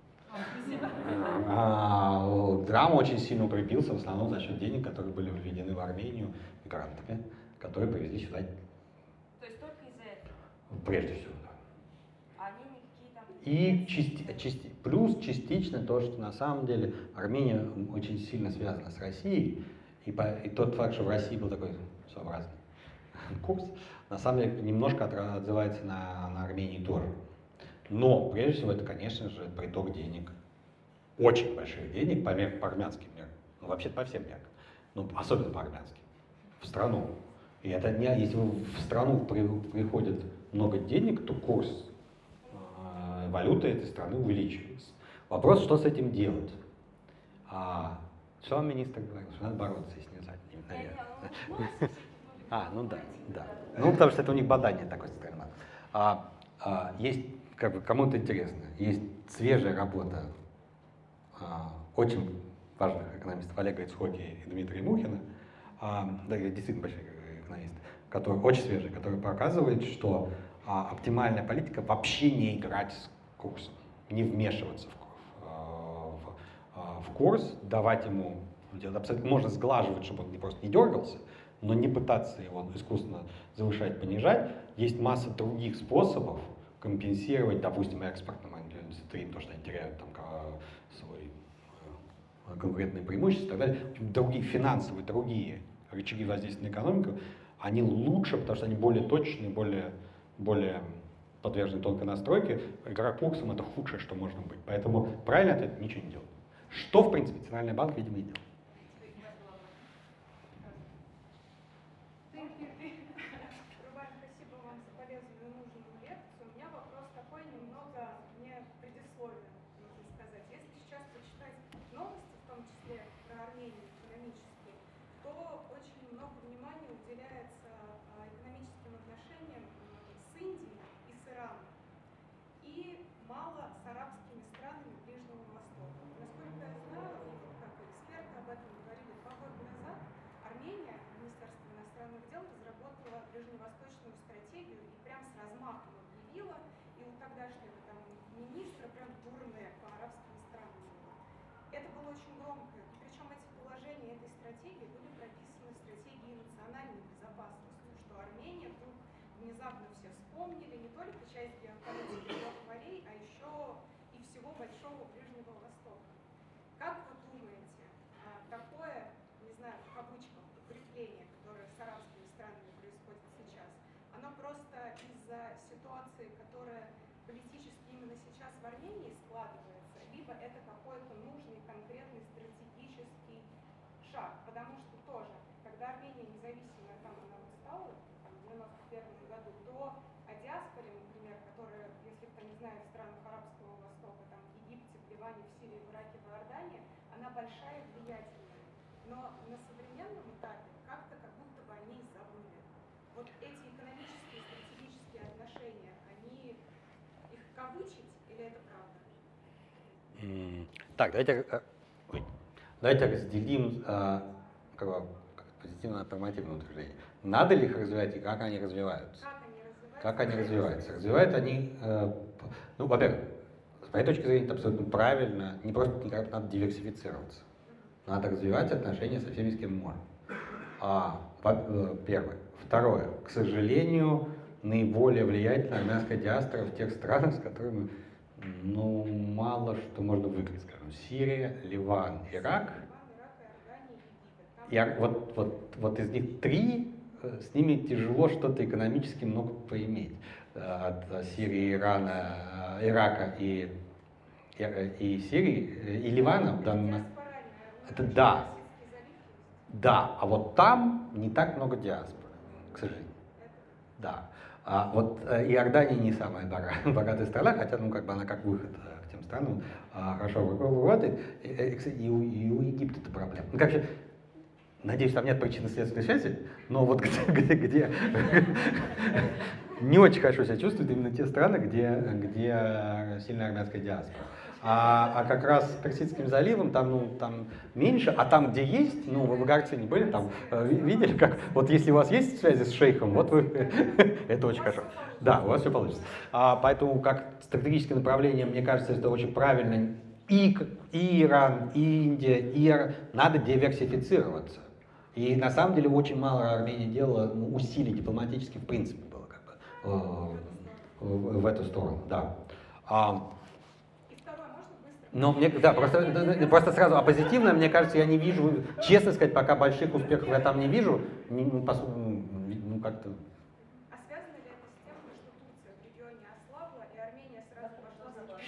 Драм очень сильно укрепился в основном за счет денег, которые были введены в Армению мигрантами, которые привезли сюда. То есть только из-за этого? Прежде всего, да. А они никакие там... И плюс частично то, что на самом деле Армения очень сильно связана с Россией, и тот факт, что в России был такой своеобразный курс, на самом деле немножко отзывается на Армении тоже. Но, прежде всего, это, конечно же, приток денег, очень больших денег по армянским меркам, вообще-то по всем меркам, но особенно по армянским, в страну. И это если в страну приходит много денег, то курс валюты этой страны увеличивается. Вопрос, что с этим делать? Что министр говорил, что надо бороться, если не знать, наверное. Да. Потому что это у них бадание такое состояние. Есть, кому-то интересно, есть свежая работа очень важных экономистов Олега Ицхоки и Дмитрия Мухина да, я действительно большой экономист, который очень свежий, который показывает, что оптимальная политика вообще не играть с курсом, не вмешиваться в курс, давать ему, абсолютно можно сглаживать, чтобы он просто не дергался, но не пытаться его искусственно завышать, понижать. Есть масса других способов компенсировать, допустим, экспортным индустриям, то, что они теряют там свой конкурентные преимущества и так далее. Другие финансовые, другие рычаги воздействия на экономику, они лучше, потому что они более точные, более подвержены тонкой настройке. Игра курсом — это худшее, что может быть. Поэтому правильно ответ — ничего не делать. Что, в принципе, Центральный банк, видимо, и делает. Рубан, спасибо вам за полезную и нужную лекцию. У меня вопрос такой, немного не предисловие, можно сказать. Если сейчас почитать новости, в том числе про Армению экономические, то очень много внимания уделяется экономическим отношениям с Индией и с Ираном. И мало с арабскими странами Ближнего Востока. Насколько я знаю, как эксперты об этом говорили 2 года назад, Армения, Министерство иностранных дел, разработала ближневосточную стратегию и прям с размахом объявила, и у тогдашнего там министра прям дурные по арабским странам было. Это было очень громко, и причем эти положения этой стратегии были прописаны в стратегии национальной безопасности, что Армения вдруг внезапно все вспомнили, не только часть геополитики 3 морей, а еще и всего большого Ближнего Востока. Как вы думаете, такое, не знаю, в кавычках, укрепление, которое с арабскими странами происходит сейчас, оно просто из-за ситуации, которая политически именно сейчас в Армении складывается, либо это какой-то нужный конкретный стратегический шаг? Потому что тоже, когда Армения независимая там она вот стала, в 91 году, то о диаспоре, например, которая, если кто не знает, в странах Арабского Востока, там в Египте, в Ливане, в Сирии, в Ираке, в Иордании, она большая и влиятельная. Но на современном этапе как-то как будто бы они забыли. Вот эти экономические, стратегические отношения, они их кавычить или это правда? Так, давайте разделим позитивное и нормативное утверждение. Надо ли их развивать и как они развиваются? Как они развиваются? Развивают они, во-первых, с моей точки зрения, это абсолютно правильно. Не просто надо диверсифицироваться. Надо развивать отношения со всеми, с кем можно. Первое. Второе. К сожалению, наиболее влиятельная армянская диаспора в тех странах, с которыми мало что можно выиграть. Скажем, Сирия, Ливан, Ирак. Вот из них 3, с ними тяжело что-то экономически много поиметь. От Сирии, Ирана, Ирака и Сирии, и Ливана. Это да. Да, а вот там не так много диаспоры, к сожалению. Да. Вот Иордания не самая богатая страна, хотя она как выход к тем странам хорошо работает. И у Египта это проблема. Вообще, надеюсь, там нет причинно-следственной связи, но вот где не очень хорошо себя чувствуют именно те страны, где сильная армянская диаспора. А как раз с Персидским заливом там меньше, а там, где есть, вы в Игарции не были, там видели, как, вот если у вас есть связи с шейхом, вот вы, это очень хорошо. Да, у вас все получится. Поэтому как стратегическое направление, мне кажется, это очень правильно. И Иран, и Индия, надо диверсифицироваться. И на самом деле очень мало Армения делала усилий дипломатически в принципе было в эту сторону, да. Но просто сразу, позитивно, мне кажется, я не вижу, честно сказать, пока больших успехов я там не вижу, как-то... А связано ли это с тем, что Турция в регионе ослабла, и Армения сразу пошла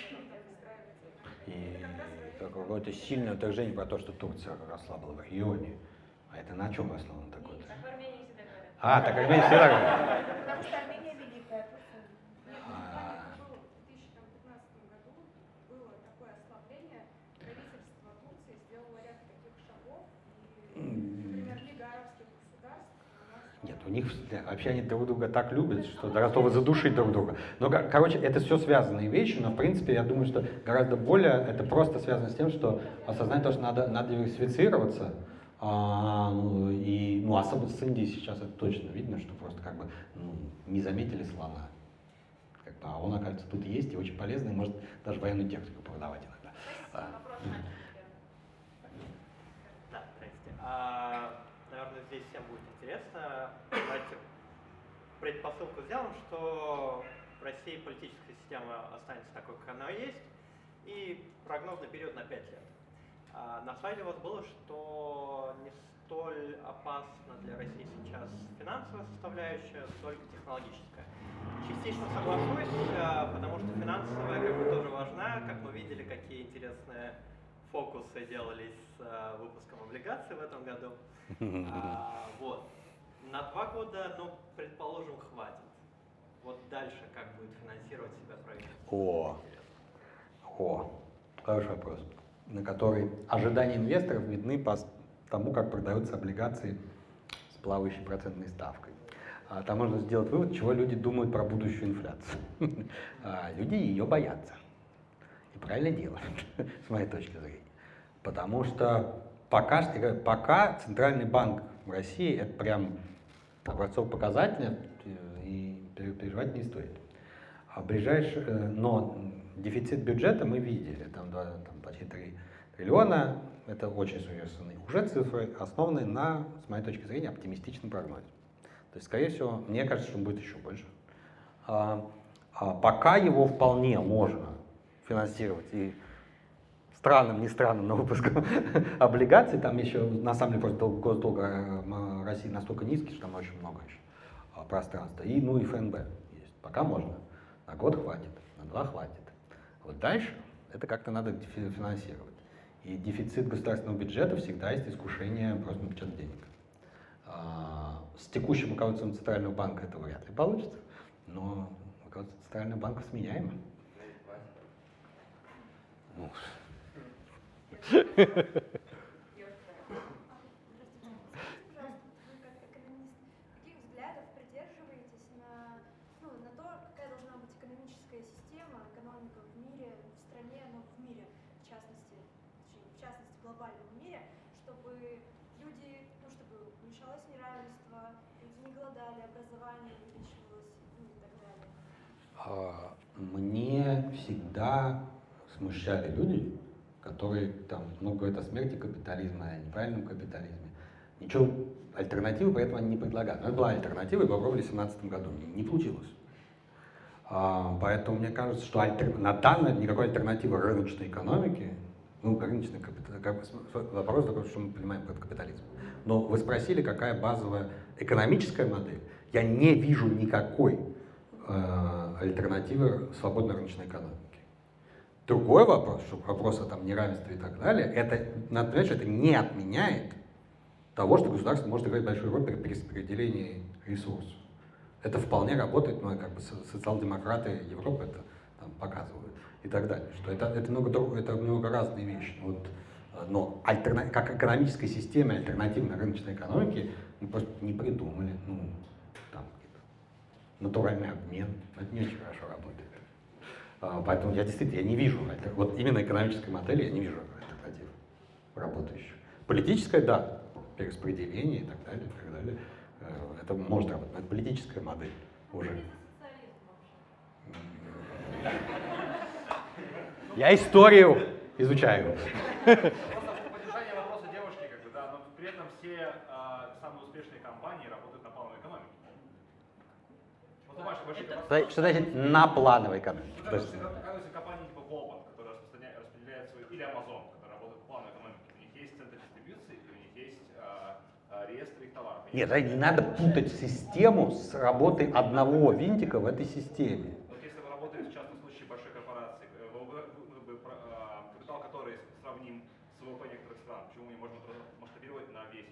И какое-то сильное утверждение про то, что Турция ослабла в регионе. А это на чем основано такое? Так в Армении всегда говорят. Так Армения всегда говорят. Потому что Армения великая, Турция. В 2015 году было такое ослабление, правительство Турции сделало ряд таких шагов, и, например, Лига арабских государств. Нет, у них вообще они друг друга так любят, что готовы задушить друг друга. Но, короче, это все связанные вещи, но, в принципе, я думаю, что гораздо более это просто связано с тем, что осознать то, что надо диверсифицироваться. Особенно с Индией сейчас это точно видно, что просто как бы не заметили слона. А он, оказывается, тут есть и очень полезный, может даже военную технику продавать иногда. Вопрос на Да, здрасте. Наверное, здесь всем будет интересно. Давайте предпосылку сделаем, что в России политическая система останется такой, как она есть, и прогноз на период на 5 лет. На слайде у вас было, что не столь опасна для России сейчас финансовая составляющая, сколько технологическая. Частично соглашусь, потому что финансовая как бы тоже важна. Как мы видели, какие интересные фокусы делались с выпуском облигаций в этом году. Вот. На 2 года, предположим, хватит. Вот дальше как будет финансировать себя правительство? Хороший вопрос, на который ожидания инвесторов видны по тому, как продаются облигации с плавающей процентной ставкой. Там можно сделать вывод, чего люди думают про будущую инфляцию. Люди ее боятся. И правильно делают, с моей точки зрения. Потому что пока Центральный банк в России это прям образцово-показательно и переживать не стоит. Но дефицит бюджета мы видели, там почти 3 триллиона, это очень существенные уже цифры, основанные на, с моей точки зрения, оптимистичном прогнозе. То есть, скорее всего, мне кажется, что он будет еще больше. Пока его вполне можно финансировать и странным, не странным, но выпуском облигаций, там еще, на самом деле, просто госдолг России настолько низкий, что там очень много еще пространства. И ФНБ есть. Пока можно. На год хватит, на 2 хватит. Вот дальше это как-то надо финансировать. И дефицит государственного бюджета всегда есть искушение просто напечатать денег. С текущим руководством Центрального банка это вряд ли получится, но руководство Центрального банка сменяемо. Каких взглядов придерживаетесь на то, какая должна быть экономическая система, экономика в мире, в стране, в мире, в частности глобальном мире, чтобы люди, чтобы уменьшалось неравенство, люди не голодали, образование увеличивалось и так далее? Мне всегда смущали люди, которые много говорят о смерти капитализма, о неправильном капитализме. Ничего, альтернативы поэтому они не предлагают. Но это была альтернатива, и попробовали в 2017 году. Не получилось. Поэтому мне кажется, что на данный момент никакой альтернативы рыночной экономике, рыночный вопрос такой, что мы понимаем под капитализмом. Но вы спросили, какая базовая экономическая модель. Я не вижу никакой альтернативы свободной рыночной экономике. Другой вопрос, что вопрос о неравенстве и так далее, надо понимать, что это не отменяет того, что государство может играть большую роль при перераспределении ресурсов. Это вполне работает, социал-демократы Европы это показывают и так далее. Что это много разные вещи. Но как экономической системе альтернативной рыночной экономики мы просто не придумали. Натуральный обмен, это не очень хорошо работает. Поэтому я действительно не вижу, именно экономической модели я не вижу альтернатив работающих. Политическая, да, перераспределение и так далее. Это может работать, но это политическая модель уже. Я историю изучаю. Просто поддержание вопроса девушки, но при этом все самые успешные компании работают на плановой экономике. Что значит на плановой экономике? Оказывается, компании типа Walmart, которые распределяют или Amazon, которые работают по плановой экономике, у них есть центр дистрибьюции, у них есть реестр их товаров. Нет, не надо путать систему с работой одного винтика в этой системе. Если вы работаете в частном случае большой корпорации, капитал которой сравним с ВВП некоторых стран, почему не можно масштабировать на весь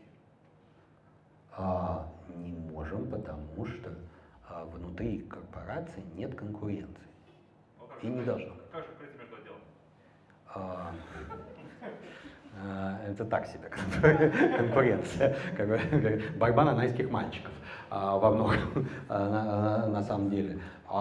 мир? Не можем, потому что внутри корпорации нет конкуренции. И не должно. Как же открыть между отделами? Это так себе конкуренция, борьба нанайских мальчиков во многом, на самом деле.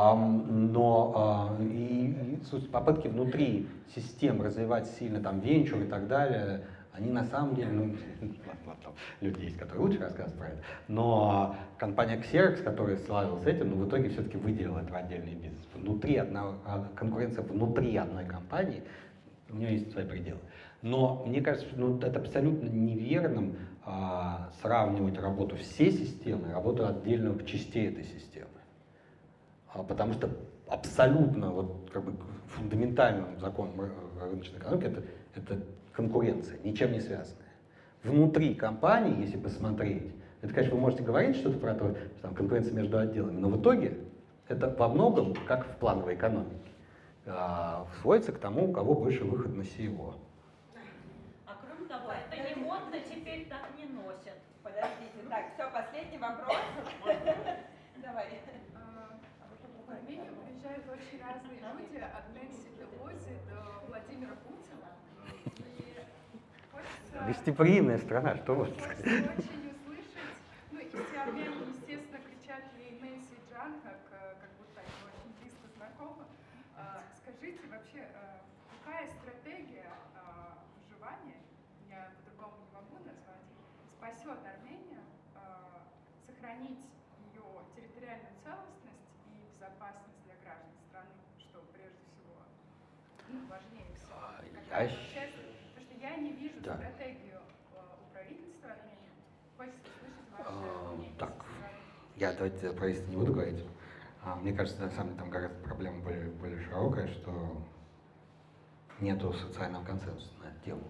Но и попытки внутри систем развивать сильно венчур и так далее, Они на самом деле, ну, там люди есть, которые лучше рассказывают про это, но компания Xerox, которая славилась этим, но в итоге все-таки выделила это в отдельный бизнес. Конкуренция внутри одной компании, у нее есть свои пределы. Но мне кажется, что это абсолютно неверным сравнивать работу всей системы и работу отдельных частей этой системы. Потому что абсолютно фундаментальным законом рыночной экономики это конкуренция, ничем не связанная. Внутри компании, если посмотреть, это, конечно, вы можете говорить что-то про то, что там конкуренция между отделами, но в итоге это во многом, как в плановой экономике, сводится к тому, у кого больше выход на SEO. А кроме того, это не модно, теперь так не носят. Подождите, так, все, последний вопрос. Давай. В Армению приезжают очень разные люди, от Нэнси Пелоси до Владимира Путина. И хочется... Гостеприимная страна, что вот. Хочется очень услышать, ну и все армяне, естественно, кричат ей Нэнси Джан, как будто они очень близко знакомы. Скажите вообще, какая стратегия выживания, я по-другому не могу назвать, спасет Армению сохранить ее территориальную целостность и безопасность для граждан страны, что прежде всего важнее всего. Потому что я не вижу стратегию у правительства Армении. Хочется слышать ваше мнение. Так, я давайте про правительство не буду говорить. Мне кажется, на самом деле там гораздо проблема более широкая, что нету социального консенсуса на эту тему.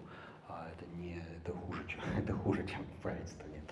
Это хуже, чем правительство нет.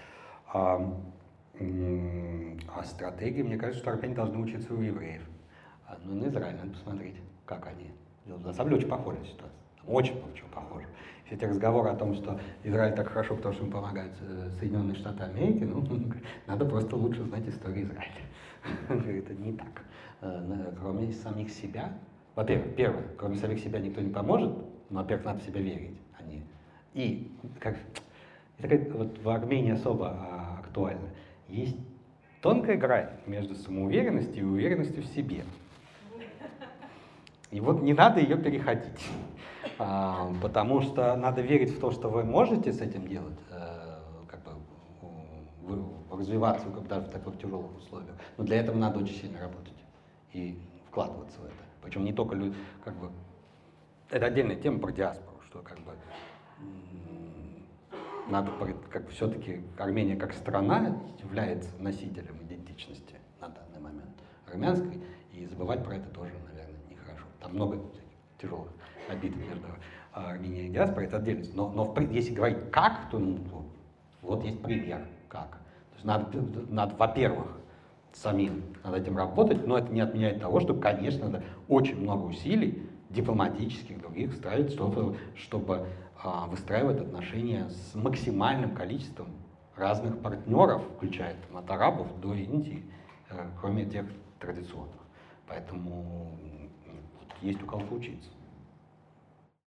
А стратегии, мне кажется, что армяне должны учиться у евреев. Ну, на Израиль надо посмотреть, как они делают. На самом деле очень похожая ситуация. Очень похоже. Все эти разговоры о том, что Израиль так хорошо, потому что им помогают Соединенные Штаты Америки, ну, надо просто лучше знать историю Израиля. Это не так. Кроме самих себя, во-первых, первое, кроме самих себя никто не поможет, но, во-первых, надо в себя верить. И вот в Армении особо актуально. Есть тонкая грань между самоуверенностью и уверенностью в себе. И вот не надо ее переходить, потому что надо верить в то, что вы можете с этим делать, развиваться даже в таких тяжелых условиях. Но для этого надо очень сильно работать и вкладываться в это. Причем не только люди, это отдельная тема про диаспору, что надо, все-таки Армения как страна является носителем идентичности на данный момент армянской, и забывать про это тоже, наверное, нехорошо. Там много тяжелых обид между Арменией и диаспорой, это отдельность. Но если говорить как, то вот есть пример как. То есть надо, во-первых, самим над этим работать, но это не отменяет того, что, конечно, надо очень много усилий дипломатических, других ставить, чтобы выстраивать отношения с максимальным количеством разных партнеров, включая от арабов до Индии, кроме тех традиционных. Поэтому есть у кого поучиться.